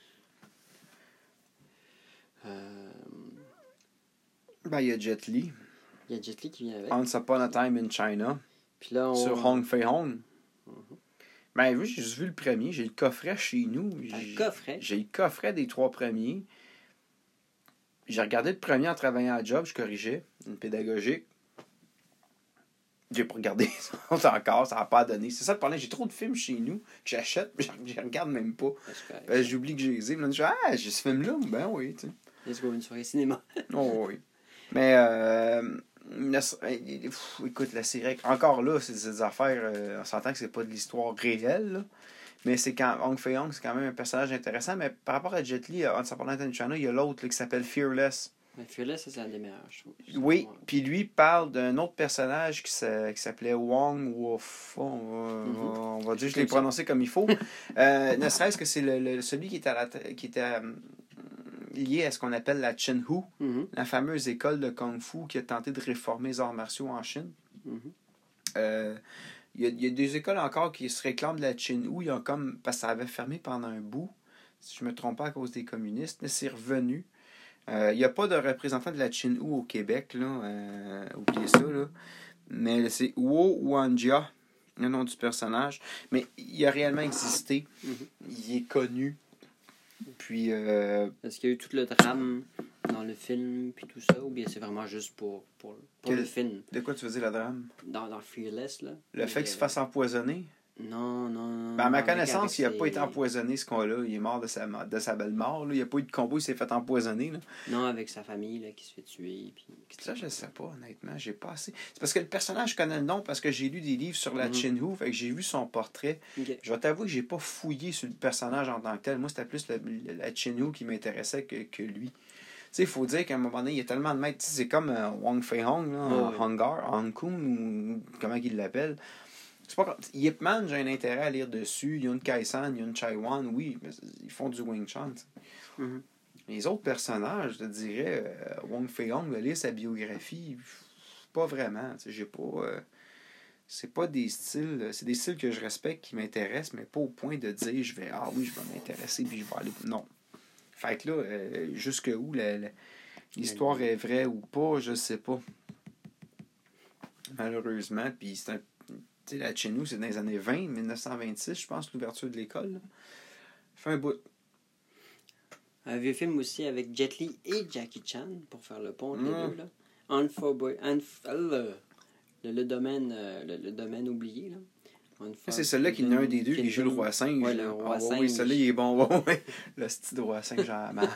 Il y a Jet Li. Il y a Jet Li qui vient avec. Once Upon a Time in China. Puis là, sur Hong Fei Hong. Ben oui, j'ai juste vu le premier. J'ai le coffret chez nous. J'ai le coffret des 3 premiers. J'ai regardé le premier en travaillant à job. Je corrigeais. Une pédagogique. J'ai pas regardé ça encore. Ça n'a pas donné. C'est ça le problème. J'ai trop de films chez nous que j'achète, mais je regarde même pas. J'oublie que j'ai les ai. J'ai ce film-là. Ben oui, tu sais. Let's go, une soirée cinéma. Oh oui. Mais, écoute, la série, encore là, c'est des affaires, on s'entend que c'est pas de l'histoire réelle, là, mais c'est quand Hong Fei Hong, c'est quand même un personnage intéressant, mais par rapport à Jet Li, Once Upon a Time in China, il y a l'autre là, qui s'appelle Fearless. Mais Fearless, c'est un des meilleurs, je trouve. Oui, puis lui parle d'un autre personnage qui s'appelait Wong Wofo, on va dire, je l'ai prononcé comme il faut. Ne serait-ce que c'est celui qui était lié à ce qu'on appelle la Chen Hu, la fameuse école de Kung Fu qui a tenté de réformer les arts martiaux en Chine. Il y a des écoles encore qui se réclament de la Chen Hu. Parce que ça avait fermé pendant un bout, si je ne me trompe pas à cause des communistes, mais c'est revenu. Il n'y a pas de représentant de la Chen Hu au Québec, là. Oubliez ça, là. Mais c'est Wo Wanjia, le nom du personnage. Mais il a réellement existé. Il est connu. Puis, est-ce qu'il y a eu tout le drame dans le film puis tout ça, ou bien c'est vraiment juste pour le film? De quoi tu veux dire, le drame? Dans Fearless, là. Le fait qu'il se fasse empoisonner? Non. Ben, à ma Avec connaissance, il n'a pas été ses- empoisonné, ce con-là. Il est mort de sa belle mort. Là. Il n'y a pas eu de combo, il s'est fait empoisonner. Là. Non, avec sa famille là, qui se fait tuer. Puis... Ça, je ne sais pas, honnêtement. J'ai pas assez. C'est parce que le personnage, je connais le nom parce que j'ai lu des livres sur la Chin-Hu, fait que j'ai vu son portrait. Okay. Je vais t'avouer que j'ai pas fouillé sur le personnage en tant que tel. Moi, c'était plus la Chin-Hu qui m'intéressait que lui. Tu sais, il faut dire qu'à un moment donné, il y a tellement de maîtres. C'est comme Wong Fei-Hong, Hong Kong, ou comment il l'appelle. C'est pas... Yip Man, j'ai un intérêt à lire dessus. Yun Kai-san, Yun Chai-wan, oui, mais ils font du Wing Chun. Les autres personnages, je te dirais, Wong Fei-Hong, de lire sa biographie, pas vraiment. J'ai pas... c'est pas des styles... C'est des styles que je respecte, qui m'intéressent, mais pas au point de dire, je vais m'intéresser, puis je vais aller... Non. Fait que là, jusque où l'histoire est vraie ou pas, je sais pas. Malheureusement, puis c'est un... Tu sais, la Chin-Hu, c'est dans les années 20, 1926, je pense, l'ouverture de l'école. Là. Fait un bout. Un vieux film aussi avec Jet Li et Jackie Chan, pour faire le pont entre les deux. Là. Le domaine oublié. Là. C'est celui-là qui est un des deux qui joue le roi singe. Ouais, le roi singe. Oui, celui-là, il est bon. Le style de roi singe,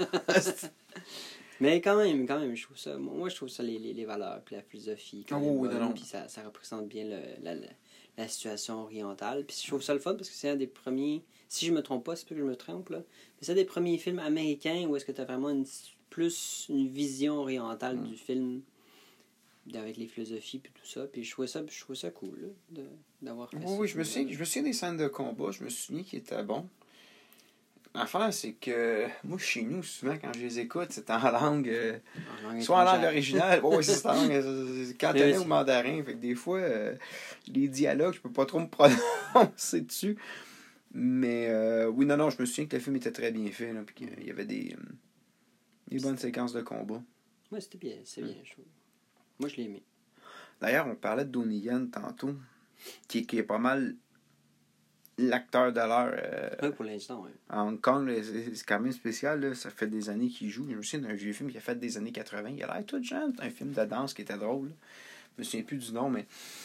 Mais quand même, je trouve ça... Moi, je trouve ça les valeurs, puis la philosophie. Puis ça représente bien la situation orientale. Puis je trouve ça le fun parce que c'est un des premiers... Si je me trompe pas, c'est pas que je me trompe, là. Mais c'est un des premiers films américains où est-ce que tu as vraiment plus une vision orientale du film avec les philosophies puis tout ça. Puis je trouvais ça cool là, d'avoir fait ça. Oui, je me souviens des scènes de combat. Je me souviens qu'ils étaient bons. L'affaire, c'est que moi, chez nous, souvent, quand je les écoute, c'est en langue... soit en langue originale. Oui, c'est en langue cantonais ou mandarin. Fait que des fois, les dialogues, je peux pas trop me prononcer dessus. Mais oui, non, je me souviens que le film était très bien fait. Là, puis qu'il y avait des bonnes séquences de combat. Oui, c'était bien. C'est bien, je trouve. Moi, je l'ai aimé. D'ailleurs, on parlait de Donnie Yen tantôt, qui est pas mal l'acteur de l'heure. Oui, pour l'instant, oui. À Hong Kong, là, c'est quand même spécial. Là, ça fait des années qu'il joue. Je me souviens d'un vieux film qu'il a fait des années 80. Il a l'air tout jeune. C'est un film de danse qui était drôle. Là. Je me souviens plus du nom, mais...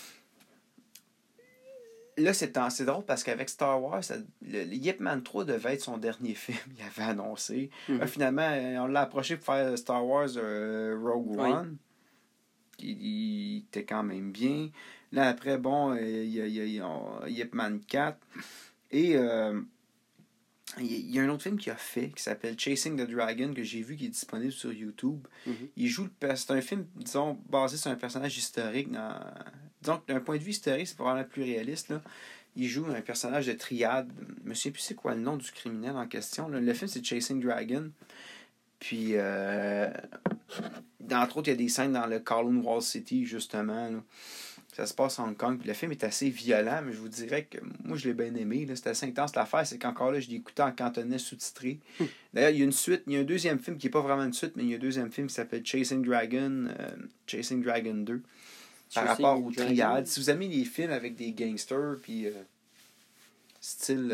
Là, c'est drôle parce qu'avec Star Wars, le Yip Man 3 devait être son dernier film. Il avait annoncé. Là, finalement, on l'a approché pour faire Star Wars Rogue One. Il était quand même bien. Là, après, bon, il y a Yip Man 4. Et il y a un autre film qu'il a fait qui s'appelle Chasing the Dragon, que j'ai vu qui est disponible sur YouTube. Il joue c'est un film, disons, basé sur un personnage historique. Disons que d'un point de vue historique, c'est probablement plus réaliste. Là. Il joue un personnage de triade. Je me souviens plus c'est quoi le nom du criminel en question. Là. Le film, c'est Chasing Dragon. Puis, entre autres, il y a des scènes dans le Kowloon Wall City, justement. Là. Ça se passe à Hong Kong. Puis le film est assez violent, mais je vous dirais que moi, je l'ai bien aimé. Là. C'était assez intense. L'affaire, c'est qu'encore là, je l'ai écouté en cantonais sous-titré. D'ailleurs, il y a une suite. Il y a un deuxième film qui n'est pas vraiment une suite, mais il y a un deuxième film qui s'appelle Chasing Dragon 2. Par rapport aux triades. Si vous aimez les films avec des gangsters, puis style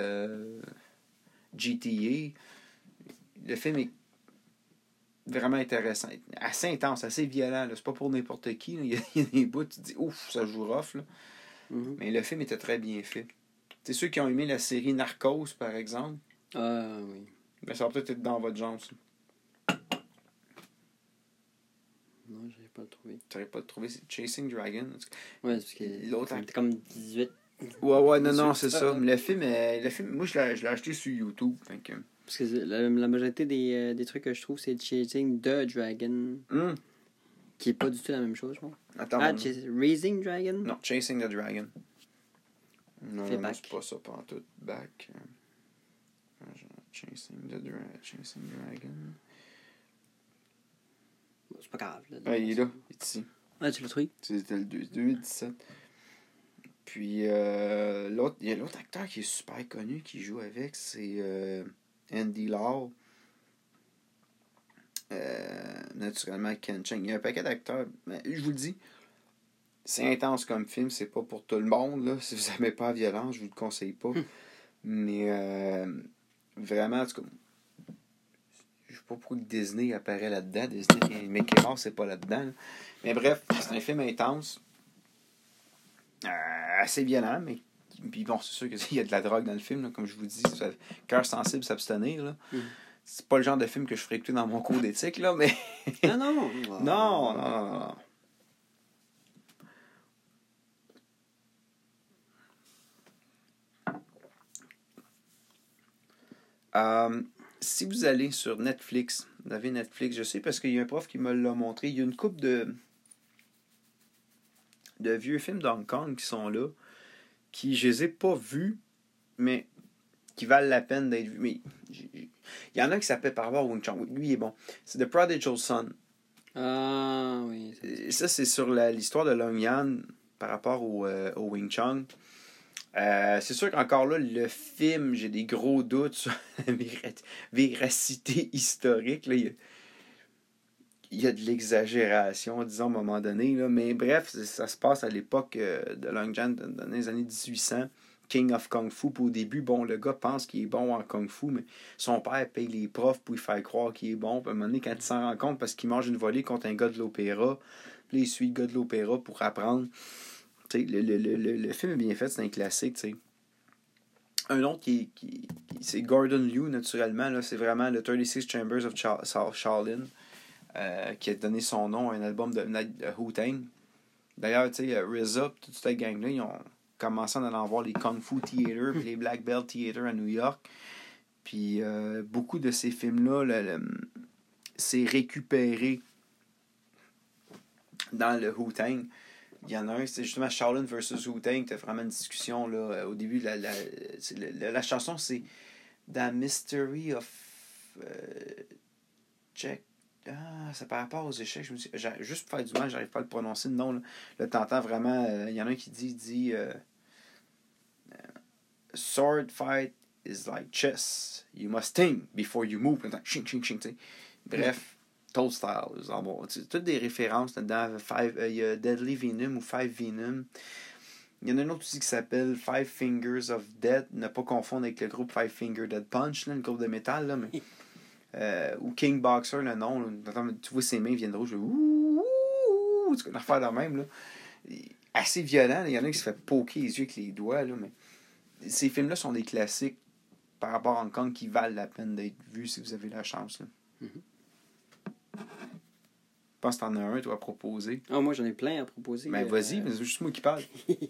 GTA, le film est vraiment intéressant. Assez intense, assez violent. Là. C'est pas pour n'importe qui. Là. Il y a des bouts, tu te dis, ouf, ça joue rough. Là. Mais le film était très bien fait. C'est ceux qui ont aimé la série Narcos, par exemple. Ah, oui. Ben, ça va peut-être être dans votre genre, ça. Non, je n'avais pas le trouvé. Tu n'aurais pas le trouvé, c'est Chasing Dragon. Ouais, parce que l'autre c'était comme 18. Ouais, non, c'est ça. Mais le film, moi, je l'ai acheté sur YouTube. Donc, parce que la majorité des trucs que je trouve, c'est Chasing the Dragon. Qui est pas du tout la même chose, je pense. Attends, Raising Dragon? Non, Chasing the Dragon. Non, c'est pas ça, pas en tout. Back. Chasing Dragon. C'est pas grave. Là, il est là, il est ici. Ah, tu l'as trouvé? C'était le 2017. Puis, il y a l'autre acteur qui est super connu qui joue avec, c'est Andy Lau. Naturellement, Ken Cheng. Il y a un paquet d'acteurs. Mais je vous le dis, c'est intense comme film. C'est pas pour tout le monde. Là. Si vous n'aimez pas la violence, je vous le conseille pas. Mais vraiment, en tout cas, je sais pas pourquoi Disney apparaît là-dedans. Disney, Mickey Mouse, c'est pas là-dedans. Là. Mais bref, c'est un film intense. Assez violent, mais Puis bon, c'est sûr qu'il y a de la drogue dans le film, là, comme je vous dis, cœur sensible, s'abstenir. Là. C'est pas le genre de film que je ferais écouter dans mon cours d'éthique, là, mais... Non, non. Non. Si vous allez sur Netflix, vous avez Netflix, je sais parce qu'il y a un prof qui me l'a montré, il y a une couple de vieux films d'Hong Kong qui sont là, qui je les ai pas vus, mais qui valent la peine d'être vus. Mais il y en a qui s'appelle par rapport à Wing Chun. Lui, il est bon. C'est The Prodigal Son. Ah, oui. Ça, c'est sur l'histoire de Long Yan par rapport au Wing Chun. C'est sûr qu'encore là, le film, j'ai des gros doutes sur la véracité historique. Là. Il y a de l'exagération, disons, à un moment donné. Là. Mais bref, ça se passe à l'époque de Long Yan, dans les années 1800. King of Kung Fu. Puis au début, bon, le gars pense qu'il est bon en Kung Fu, mais son père paye les profs pour lui faire croire qu'il est bon. Puis à un moment donné, quand il s'en rend compte, parce qu'il mange une volée contre un gars de l'opéra, puis là, il suit le gars de l'opéra pour apprendre. T'sais, le film est bien fait, c'est un classique. T'sais. Un autre c'est Gordon Liu, naturellement. Là, c'est vraiment le 36 Chambers of Shaolin qui a donné son nom à un album de Wu-Tang. D'ailleurs, RZA, toute cette gang-là, ils ont commencé à en voir les Kung Fu Theater puis les Black Belt Theater à New York. Puis beaucoup de ces films-là, c'est récupéré dans le Wu-Tang. Il y en a un, c'est justement Shaolin vs. Wu-Tang. Tu as vraiment une discussion là, au début. La chanson, c'est The Mystery of Jack. Ah, c'est par rapport aux échecs. Juste pour faire du mal, j'arrive pas à le prononcer le nom. Là, t'entends vraiment. Il y en a un qui dit Sword fight is like chess. You must think before you move. Ching, ching, ching, t'sais. Bref. Toad Style. Bon, toutes des références là-dedans. Il y a Deadly Venom ou Five Venom. Il y en a un autre aussi qui s'appelle Five Fingers of Death. Ne pas confondre avec le groupe Five Finger Dead Punch, là, le groupe de métal. Là, mais, ou King Boxer, le nom. Là, tu vois ses mains viennent rouges. Ouh, tu peux faire de même. Là. Assez violent. Il y en a qui se fait poker les yeux avec les doigts. Là, mais ces films-là sont des classiques par rapport à Hong Kong qui valent la peine d'être vus si vous avez la chance. Là. Mm-hmm. Je pense que t'en as un, toi, à proposer. Ah, moi, j'en ai plein à proposer. Ben, vas-y, mais c'est juste moi qui parle.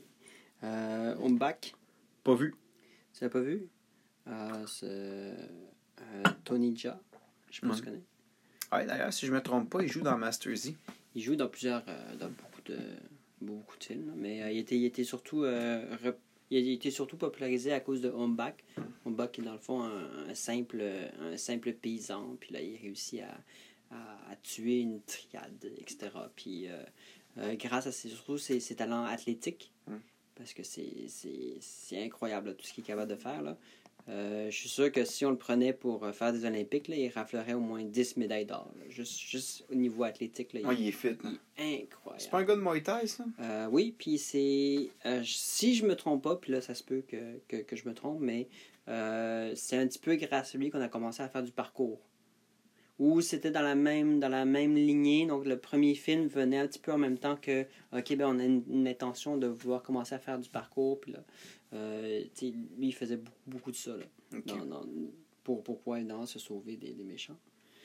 Bak. Pas vu. Tu l'as pas vu? C'est Tony Jaa. Je sais pas si tu connais. Ouais, d'ailleurs, si je me trompe pas, il joue dans Master Z. Il joue dans plusieurs... dans beaucoup de films. Là. Mais il était surtout... il a été surtout popularisé à cause de Bak. Bak qui est dans le fond un simple paysan. Puis là, il réussit à tuer une triade, etc. Puis grâce à surtout ses talents athlétiques, parce que c'est incroyable là, tout ce qu'il est capable de faire. Là. Je suis sûr que si on le prenait pour faire des Olympiques, là, il raflerait au moins 10 médailles d'or. Juste au niveau athlétique. Là, il est fit. Hein? Il est incroyable. C'est pas un gars de Muay Thai, ça? Oui, puis c'est... si je me trompe pas, puis là, ça se peut que je me trompe, mais c'est un petit peu grâce à lui qu'on a commencé à faire du parcours. Ou c'était dans la même lignée. Donc, le premier film venait un petit peu en même temps que, OK, ben on a une intention de vouloir commencer à faire du parcours. Puis là, lui, il faisait beaucoup de ça. Là, okay. Pour pouvoir se sauver des méchants.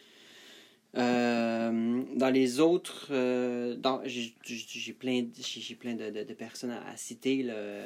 Dans les autres, j'ai plein de personnes à citer. Là,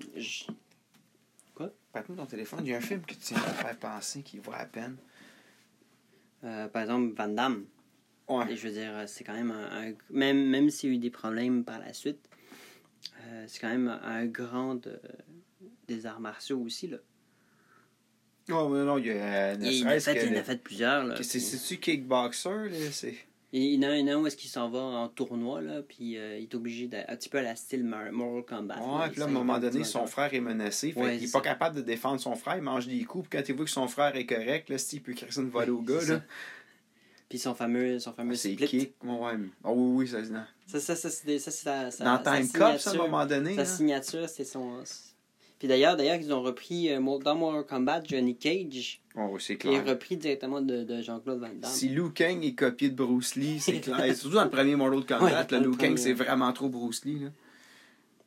Quoi? Prête-moi ton téléphone. Il y a un film que tu tiens à faire penser qui vaut à peine. Par exemple, Van Damme. Ouais. Et je veux dire, c'est quand même même s'il y a eu des problèmes par la suite, c'est quand même un grand des arts martiaux aussi, là. Oh, mais non, il en a fait plusieurs, là. C'est-tu Kickboxer, là? Il y en a un où est-ce qu'il s'en va en tournoi, là, puis il est obligé un petit peu à la style Mortal Kombat. Ouais, puis là, à un moment donné, son frère est menacé. Fait qu'il est pas capable de défendre son frère, il mange des coups, puis quand il voit que son frère est correct, là, il peut crisser une volée au gars, là. Puis son fameux c'est split. Kick. Ouais. Oh oui, ça c'est dans Time Cop, à un moment donné. Sa signature, c'est son... Puis d'ailleurs, ils ont repris dans Mortal Kombat, Johnny Cage. Oh, c'est clair. Il est repris directement de Jean-Claude Van Damme. Si Liu Kang est copié de Bruce Lee, c'est clair. Surtout dans le premier Mortal Kombat, Liu Kang, c'est vraiment trop Bruce Lee.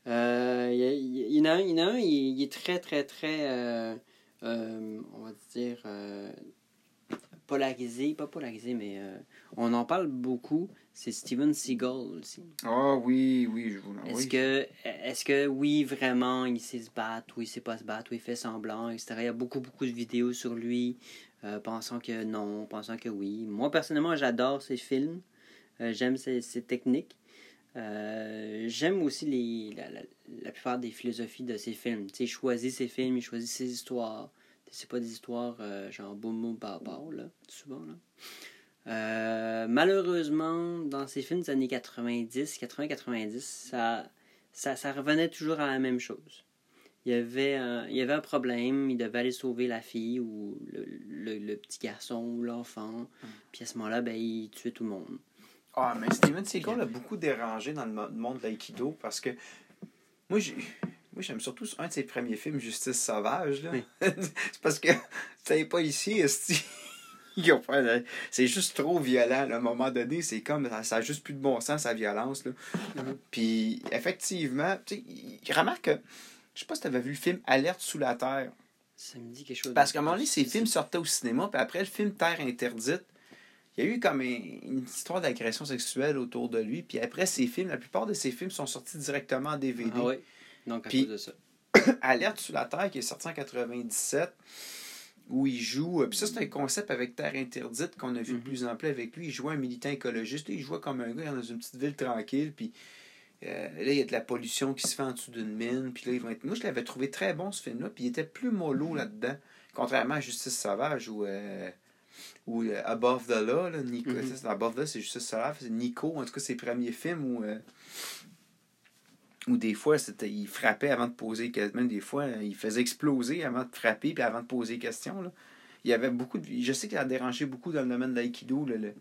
Il y en a un, il est très, très, très, on va dire, polarisé. Pas polarisé, mais on en parle beaucoup. C'est Steven Seagal aussi. Ah oui, oui, je vous Est-ce que oui, vraiment, il sait se battre, ou il sait pas se battre, ou il fait semblant, etc. Il y a beaucoup, beaucoup de vidéos sur lui, pensant que non, pensant que oui. Moi, personnellement, j'adore ses films. J'aime ses techniques. J'aime aussi la plupart des philosophies de ses films. Tu sais, il choisit ses films, il choisit ses histoires. C'est pas des histoires genre boum boum pow pow, là, souvent, là. Malheureusement, dans ces films des années 80-90, ça revenait toujours à la même chose. Il y avait un problème, il devait aller sauver la fille ou le petit garçon ou l'enfant. Puis à ce moment-là, ben, il tuait tout le monde. Ah, mais Steven Seagal a beaucoup dérangé dans le monde de l'aïkido parce que moi, j'aime surtout un de ses premiers films, Justice sauvage. Là. Oui. C'est parce que t'es pas ici, c'est juste trop violent. Là. À un moment donné, c'est comme ça a juste plus de bon sens, sa violence. Là. Puis effectivement, remarque que je sais pas si tu avais vu le film Alerte sous la Terre. Ça me dit quelque chose. Parce qu'à un moment donné, ces films sortaient au cinéma, puis après le film Terre interdite, il y a eu comme une histoire d'agression sexuelle autour de lui. Puis après, ces films, la plupart de ces films sont sortis directement en DVD. Ah oui, donc à puis, cause de ça. Alerte sous la Terre, qui est sorti en 97, où il joue... Puis ça, c'est un concept avec Terre interdite qu'on a vu de plus en plus avec lui. Il jouait un militant écologiste. Il jouait comme un gars dans une petite ville tranquille. Puis là, il y a de la pollution qui se fait en dessous d'une mine. Puis là, ils vont être... Moi, je l'avais trouvé très bon, ce film-là. Puis il était plus mollo là-dedans. Contrairement à Justice sauvage, ou Above the Law, là, Nico. Above the Law, c'est Justice sauvage. C'est Nico, en tout cas, ses premiers films où des fois, il frappait avant de poser questions. Même des fois, il faisait exploser avant de frapper puis avant de poser questions. Là. Il y avait beaucoup de... Je sais qu'il a dérangé beaucoup dans le domaine de l'aïkido, le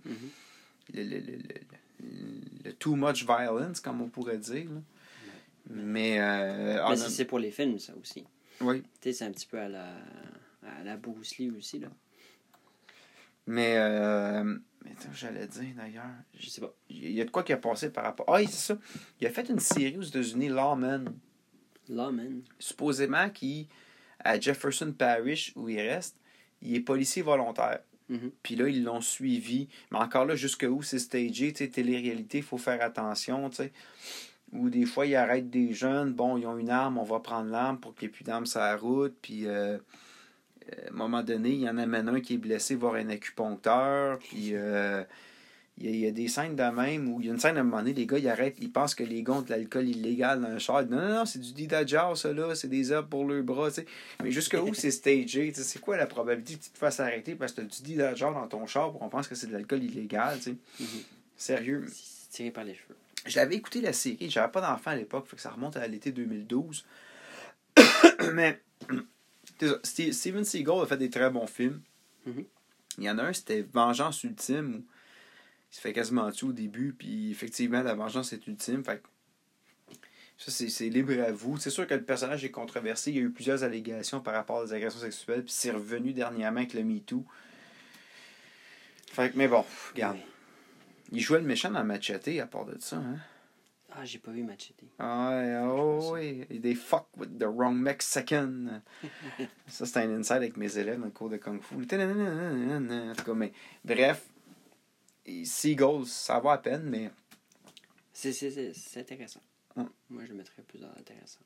too much violence, comme on pourrait dire. Là. Mais c'est pour les films, ça aussi. Oui. Tu sais, c'est un petit peu à la Bruce Lee aussi, là. Mais j'allais dire d'ailleurs. Je sais pas. Il y a de quoi qui a passé par rapport. Ah, c'est ça. Il a fait une série aux États-Unis, Lawman. Supposément à Jefferson Parish, où il reste, il est policier volontaire. Puis là, ils l'ont suivi. Mais encore là, jusqu'où c'est stagé, tu sais, télé-réalité, il faut faire attention, tu sais. Ou des fois, ils arrêtent des jeunes. Bon, ils ont une arme, on va prendre l'arme pour qu'il n'y ait plus d'armes sur la route. Puis à un moment donné, il y en amène un qui est blessé voir un acupuncteur. Puis il y a des scènes de même où il y a une scène à un moment donné, les gars, ils arrêtent, ils pensent que les gars ont de l'alcool illégal dans le char. Non, c'est du Didajal, ça là, c'est des herbes pour le bras, tu sais. Mais jusqu'où c'est stagé, tu sais, c'est quoi la probabilité que tu te fasses arrêter parce que tu as du Didajal dans ton char pour qu'on pense que c'est de l'alcool illégal, tu sais. Sérieux. C'est tiré par les cheveux. Je l'avais écouté la série, j'avais pas d'enfant à l'époque, fait que ça remonte à l'été 2012. Mais Steven Seagal a fait des très bons films. Il y en a un, c'était Vengeance ultime, où il se fait quasiment tuer au début, puis effectivement, la vengeance est ultime. Fait ça, c'est libre à vous. C'est sûr que le personnage est controversé. Il y a eu plusieurs allégations par rapport aux agressions sexuelles, puis c'est revenu dernièrement avec le MeToo. Fait que, mais bon, regarde. Oui. Il jouait le méchant dans Machete, à part de ça, hein? Ah, j'ai pas vu Machete. Oui. Des fuck with the wrong Mexican. Ça, c'était un inside avec mes élèves dans le cours de Kung Fu. En tout cas, mais bref. Seagull, ça va à peine, mais... C'est intéressant. Moi, je le mettrais plus intéressant.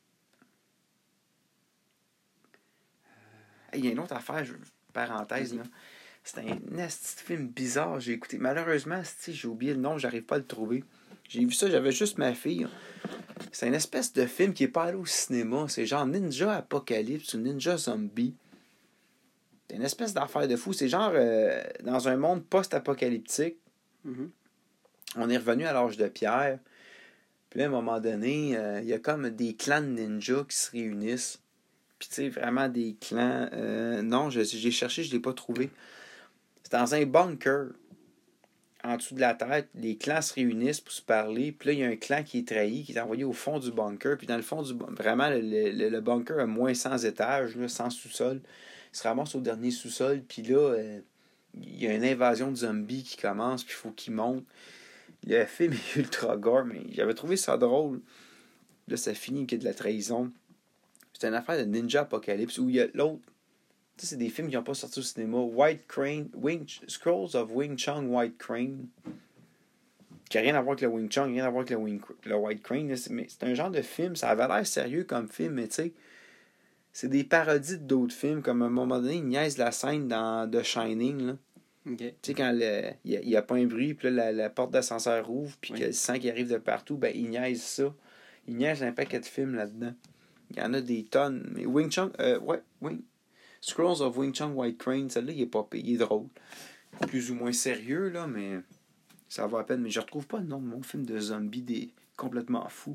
Il y a une autre affaire, parenthèse, là. C'est un petit film bizarre, j'ai écouté. Malheureusement, j'ai oublié le nom, j'arrive pas à le trouver. J'ai vu ça, j'avais juste ma fille. C'est une espèce de film qui est pas allé au cinéma. C'est genre Ninja Apocalypse ou Ninja Zombie. C'est une espèce d'affaire de fou. C'est genre dans un monde post-apocalyptique. On est revenu à l'âge de pierre. Puis là, à un moment donné, il y a comme des clans de ninjas qui se réunissent. Puis tu sais, vraiment des clans... non, j'ai cherché, je l'ai pas trouvé. C'est dans un bunker. En dessous de la terre, les clans se réunissent pour se parler. Puis là, il y a un clan qui est trahi, qui est envoyé au fond du bunker. Puis dans le fond du vraiment, le bunker a moins 100 étages, là, 100 sous-sol. Il se ramasse au dernier sous-sol. Puis là, il y a une invasion de zombies qui commence. Puis il faut qu'ils montent. Le film est ultra gore, mais j'avais trouvé ça drôle. Là, ça finit qu'il y a de la trahison. C'est une affaire de Ninja Apocalypse où il y a l'autre. Tu sais, c'est des films qui n'ont pas sorti au cinéma. White Crane, Scrolls of Wing Chun White Crane. Qui n'a rien à voir avec le Wing Chun, rien à voir avec le White Crane. Là. Mais c'est un genre de film, ça avait l'air sérieux comme film, mais tu sais, c'est des parodies d'autres films. Comme à un moment donné, ils niaisent la scène dans The Shining. Là. Okay. Tu sais, quand il n'y a pas un bruit, puis là, la porte d'ascenseur ouvre, puis que le sang qui arrive de partout, ben, ils niaisent ça. Ils niaisent un paquet de films là-dedans. Il y en a des tonnes. Mais Wing Chun, Scrolls of Wing Chun White Crane, celle-là, il est pas payé, il est drôle. Plus ou moins sérieux, là, mais ça vaut la peine. Mais je retrouve pas le nom de mon film de zombie complètement fou.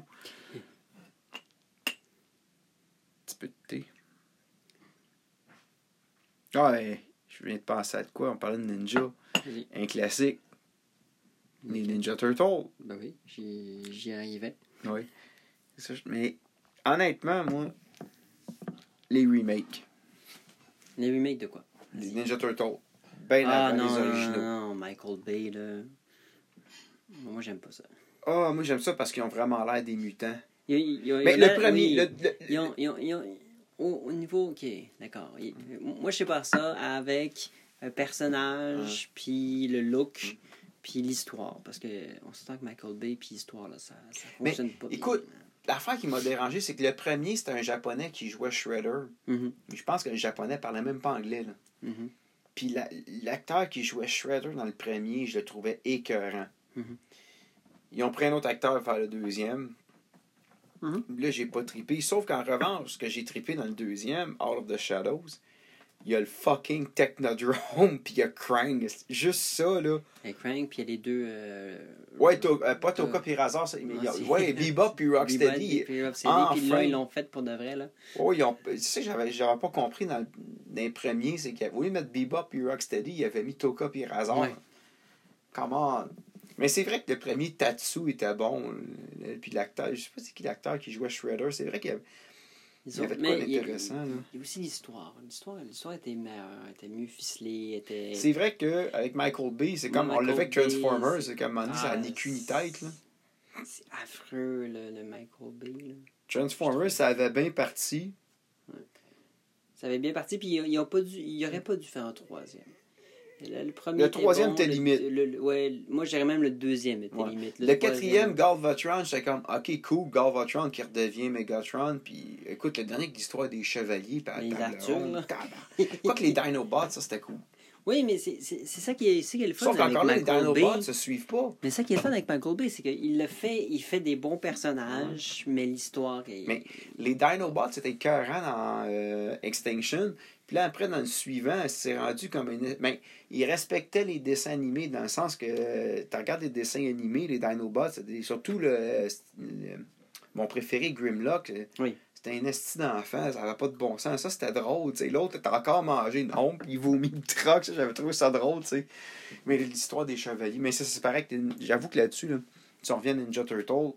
Petit peu de thé. Ah, ouais, je viens de penser à de quoi? On parlait de Ninja. Oui. Un classique. Les Ninja Turtles. Ben oui, j'y arrivais. Oui. C'est ça, mais honnêtement, moi, les remakes. Les remakes de quoi? Les Ninja Turtles. Ben avant les originaux. Non, Michael Bay, là. Moi, j'aime pas ça. Ah, moi, j'aime ça parce qu'ils ont vraiment l'air des mutants. Mais le premier... Oui, au niveau... OK, d'accord. Moi, je sépare ça avec un personnage, puis le look, puis l'histoire. Parce que on s'entend que Michael Bay puis l'histoire, là, ça fonctionne pas bien. Écoute, l'affaire qui m'a dérangé, c'est que le premier, c'était un Japonais qui jouait Shredder. Mm-hmm. Je pense que le Japonais parlait même pas anglais. Là. Mm-hmm. Puis l'acteur qui jouait Shredder dans le premier, je le trouvais écœurant. Mm-hmm. Ils ont pris un autre acteur pour faire le deuxième. Mm-hmm. Là, j'ai pas trippé. Sauf qu'en revanche, ce que j'ai trippé dans le deuxième, Out of the Shadows, il y a le fucking Technodrome, puis il y a Krang. Juste ça, là. Et Krang, puis il y a les deux... Ouais, pas Toka puis Razor, mais il y a... Ouais, Bebop puis Rocksteady. Puis là, ils l'ont fait pour de vrai, là. Oh, tu sais, j'avais pas compris dans les premiers, c'est qu'ils voulaient mettre Bebop puis Rocksteady, ils avaient mis Toka puis Razor. Ouais. Come on. Mais c'est vrai que le premier Tatsu était bon. Puis l'acteur, je sais pas c'est qui l'acteur qui jouait Shredder, c'est vrai qu'il y avait de quoi d'intéressant. Il y a aussi l'histoire. L'histoire était meilleure, était mieux ficelée. C'est vrai qu'avec Michael Bay, c'est comme on l'a fait avec Transformers, c'est comme on dit, ça n'a ni cul ni tête. Là. C'est affreux, le Michael Bay. Là. Transformers, ça avait bien parti. Ouais. Ça avait bien parti, puis il n'aurait pas dû faire un troisième. Le troisième était limite. Moi, je dirais même le deuxième était limite. Le quatrième, Galvatron, c'était comme, ok, cool, Galvatron qui redevient Megatron. Puis, écoute, le dernier, l'histoire des chevaliers. Les Arthur, quoi que les Dinobots, ça, c'était cool. Oui, mais c'est ça qui est le fun avec Michael Bay. Sauf qu'encore là, les Dinobots se suivent pas. Mais ça qui est le fun avec Michael Bay, c'est qu'il fait des bons personnages, mais l'histoire est... Mais les Dinobots, c'était écœurant dans Extinction. Puis là, après, dans le suivant, c'est rendu comme Ben, ils respectaient les dessins animés dans le sens que tu regardes les dessins animés, les Dinobots, surtout mon préféré, Grimlock. Oui. C'était un esti d'enfant, ça n'avait pas de bon sens. Ça, c'était drôle. T'sais. L'autre était encore mangé une honte, puis il vomit le troc. J'avais trouvé ça drôle. T'sais. Mais l'histoire des chevaliers. Mais ça, c'est pareil que j'avoue que là-dessus, là, si on revient à Ninja Turtle,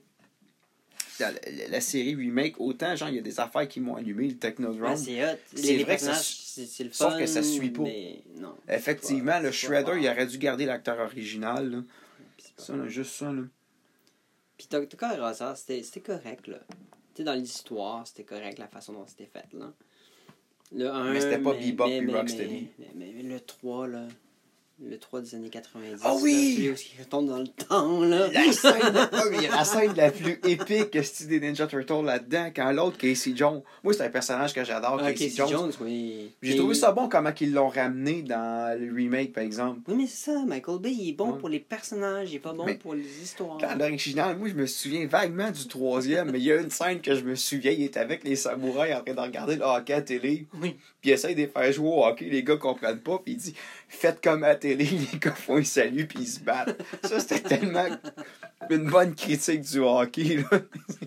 la série remake, autant genre il y a des affaires qui m'ont allumé, le Technodrome. C'est hot. C'est vrai que c'est le fun. Sauf que ça suit pas. Mais non, effectivement, le Shredder, il aurait dû garder l'acteur original. Là. Ça, là, juste ça. Là. Puis Toka ça, c'était correct. Là. Tu sais, dans l'histoire, c'était correct la façon dont c'était fait. Là. Le 1, mais c'était pas Bebop et Rocksteady. Mais le 3, là. Le 3 des années 90. Ah oui! Celui où il retombe dans le temps, là. Il y a la scène la plus épique que c'est des Ninja Turtles là-dedans, quand l'autre, Casey Jones. Moi, c'est un personnage que j'adore, Casey Jones. Oui. J'ai trouvé ça bon comment ils l'ont ramené dans le remake, par exemple. Oui, mais c'est ça, Michael Bay, il est bon pour les personnages, il est pas bon pour les histoires. Dans l'original, moi, je me souviens vaguement du troisième, mais il y a une scène que je me souviens, il est avec les samouraïs en train de regarder le hockey à la télé. Oui. Puis il essaie de les faire jouer au hockey, les gars comprennent pas, puis il dit « Faites comme à la télé, les gars font un salut, puis ils se battent. » Ça, c'était tellement une bonne critique du hockey, là.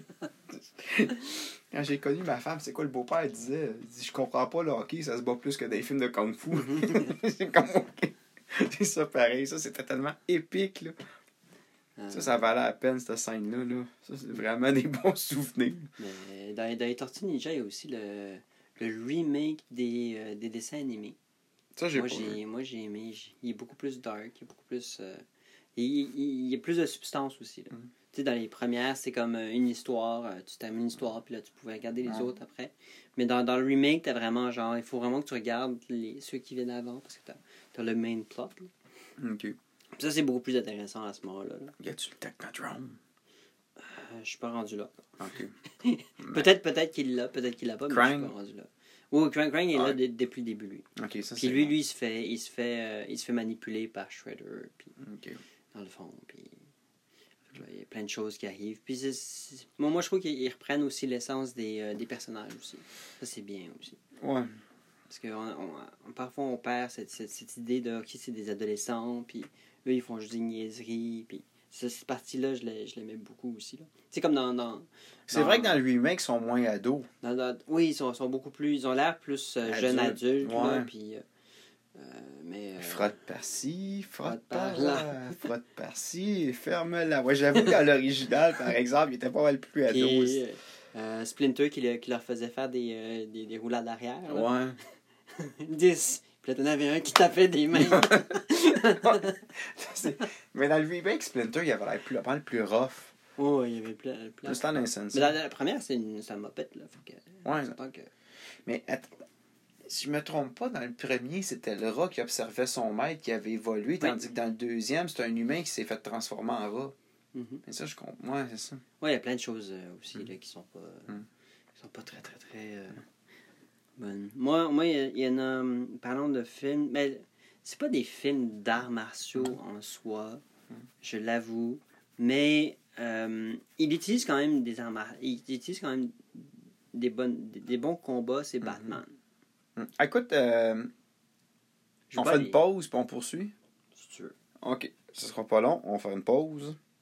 Quand j'ai connu ma femme, c'est quoi le beau-père? Il dit « Je comprends pas le hockey, ça se bat plus que des films de kung-fu. » C'est comme OK. C'est ça pareil, ça, c'était tellement épique, là. Ça valait la peine, cette scène-là. Là. Ça, c'est vraiment des bons souvenirs. Mais dans les Tortues Ninja, il y a aussi le remake des dessins animés. Ça, Moi, j'ai aimé. Il est beaucoup plus dark, il y a beaucoup plus... il y a plus de substance aussi. Là. Tu sais, dans les premières, c'est comme une histoire. Tu termines une histoire, puis là, tu pouvais regarder les autres après. Mais dans le remake, t'as vraiment genre... Il faut vraiment que tu regardes ceux qui viennent avant, parce que t'as le main plot. Là. OK. Puis ça, c'est beaucoup plus intéressant à ce moment-là. Là. Y a-tu le Technodrome? Je suis pas rendu là. OK. peut-être qu'il l'a, peut-être qu'il l'a pas, mais je suis pas rendu là. Oui, Krang est là depuis le début, lui. OK, ça, puis lui, il se fait manipuler par Shredder, puis dans le fond, puis... Il y a plein de choses qui arrivent. Puis moi, je trouve qu'ils reprennent aussi l'essence des personnages aussi. Ça, c'est bien aussi. Ouais. Parce que parfois, on perd cette idée de OK, c'est des adolescents, puis eux, ils font juste des niaiseries. Puis cette partie-là, je l'aimais beaucoup aussi. C'est comme dans c'est vrai que dans le remake, ils sont moins ados. Oui, ils sont beaucoup plus... Ils ont l'air plus jeunes adultes. Ouais. Là, puis... frotte par-ci, frotte par-là, frotte par-ci, ferme-la. Ouais, j'avoue qu'à l'original, par exemple, il était pas mal plus ado aussi. Splinter qui leur faisait faire des roulades arrière. Là. Ouais. 10. Puis là, t'en avais un qui tapait des mains. Mais dans le remake, Splinter, il avait l'air pas mal plus rough. Oh, il y avait plein plus dans l'insensé. Mais dans la première, c'est un mopette, là. Faut que, ouais. Mais si je me trompe pas, dans le premier, c'était le rat qui observait son maître qui avait évolué, tandis que dans le deuxième, c'est un humain qui s'est fait transformer en rat. Mm-hmm. Mais ça, je comprends. Ouais, c'est ça. Ouais, il y a plein de choses aussi là, qui sont pas très, très, très bonnes. Moi, il y en a, parlons de films, mais c'est pas des films d'arts martiaux en soi, je l'avoue, mais il utilise quand même des arts martiaux, il utilise quand même des bons combats, c'est Batman. Écoute, on fait une pause puis on poursuit. Si tu veux. OK. Ce sera pas long. On va faire une pause.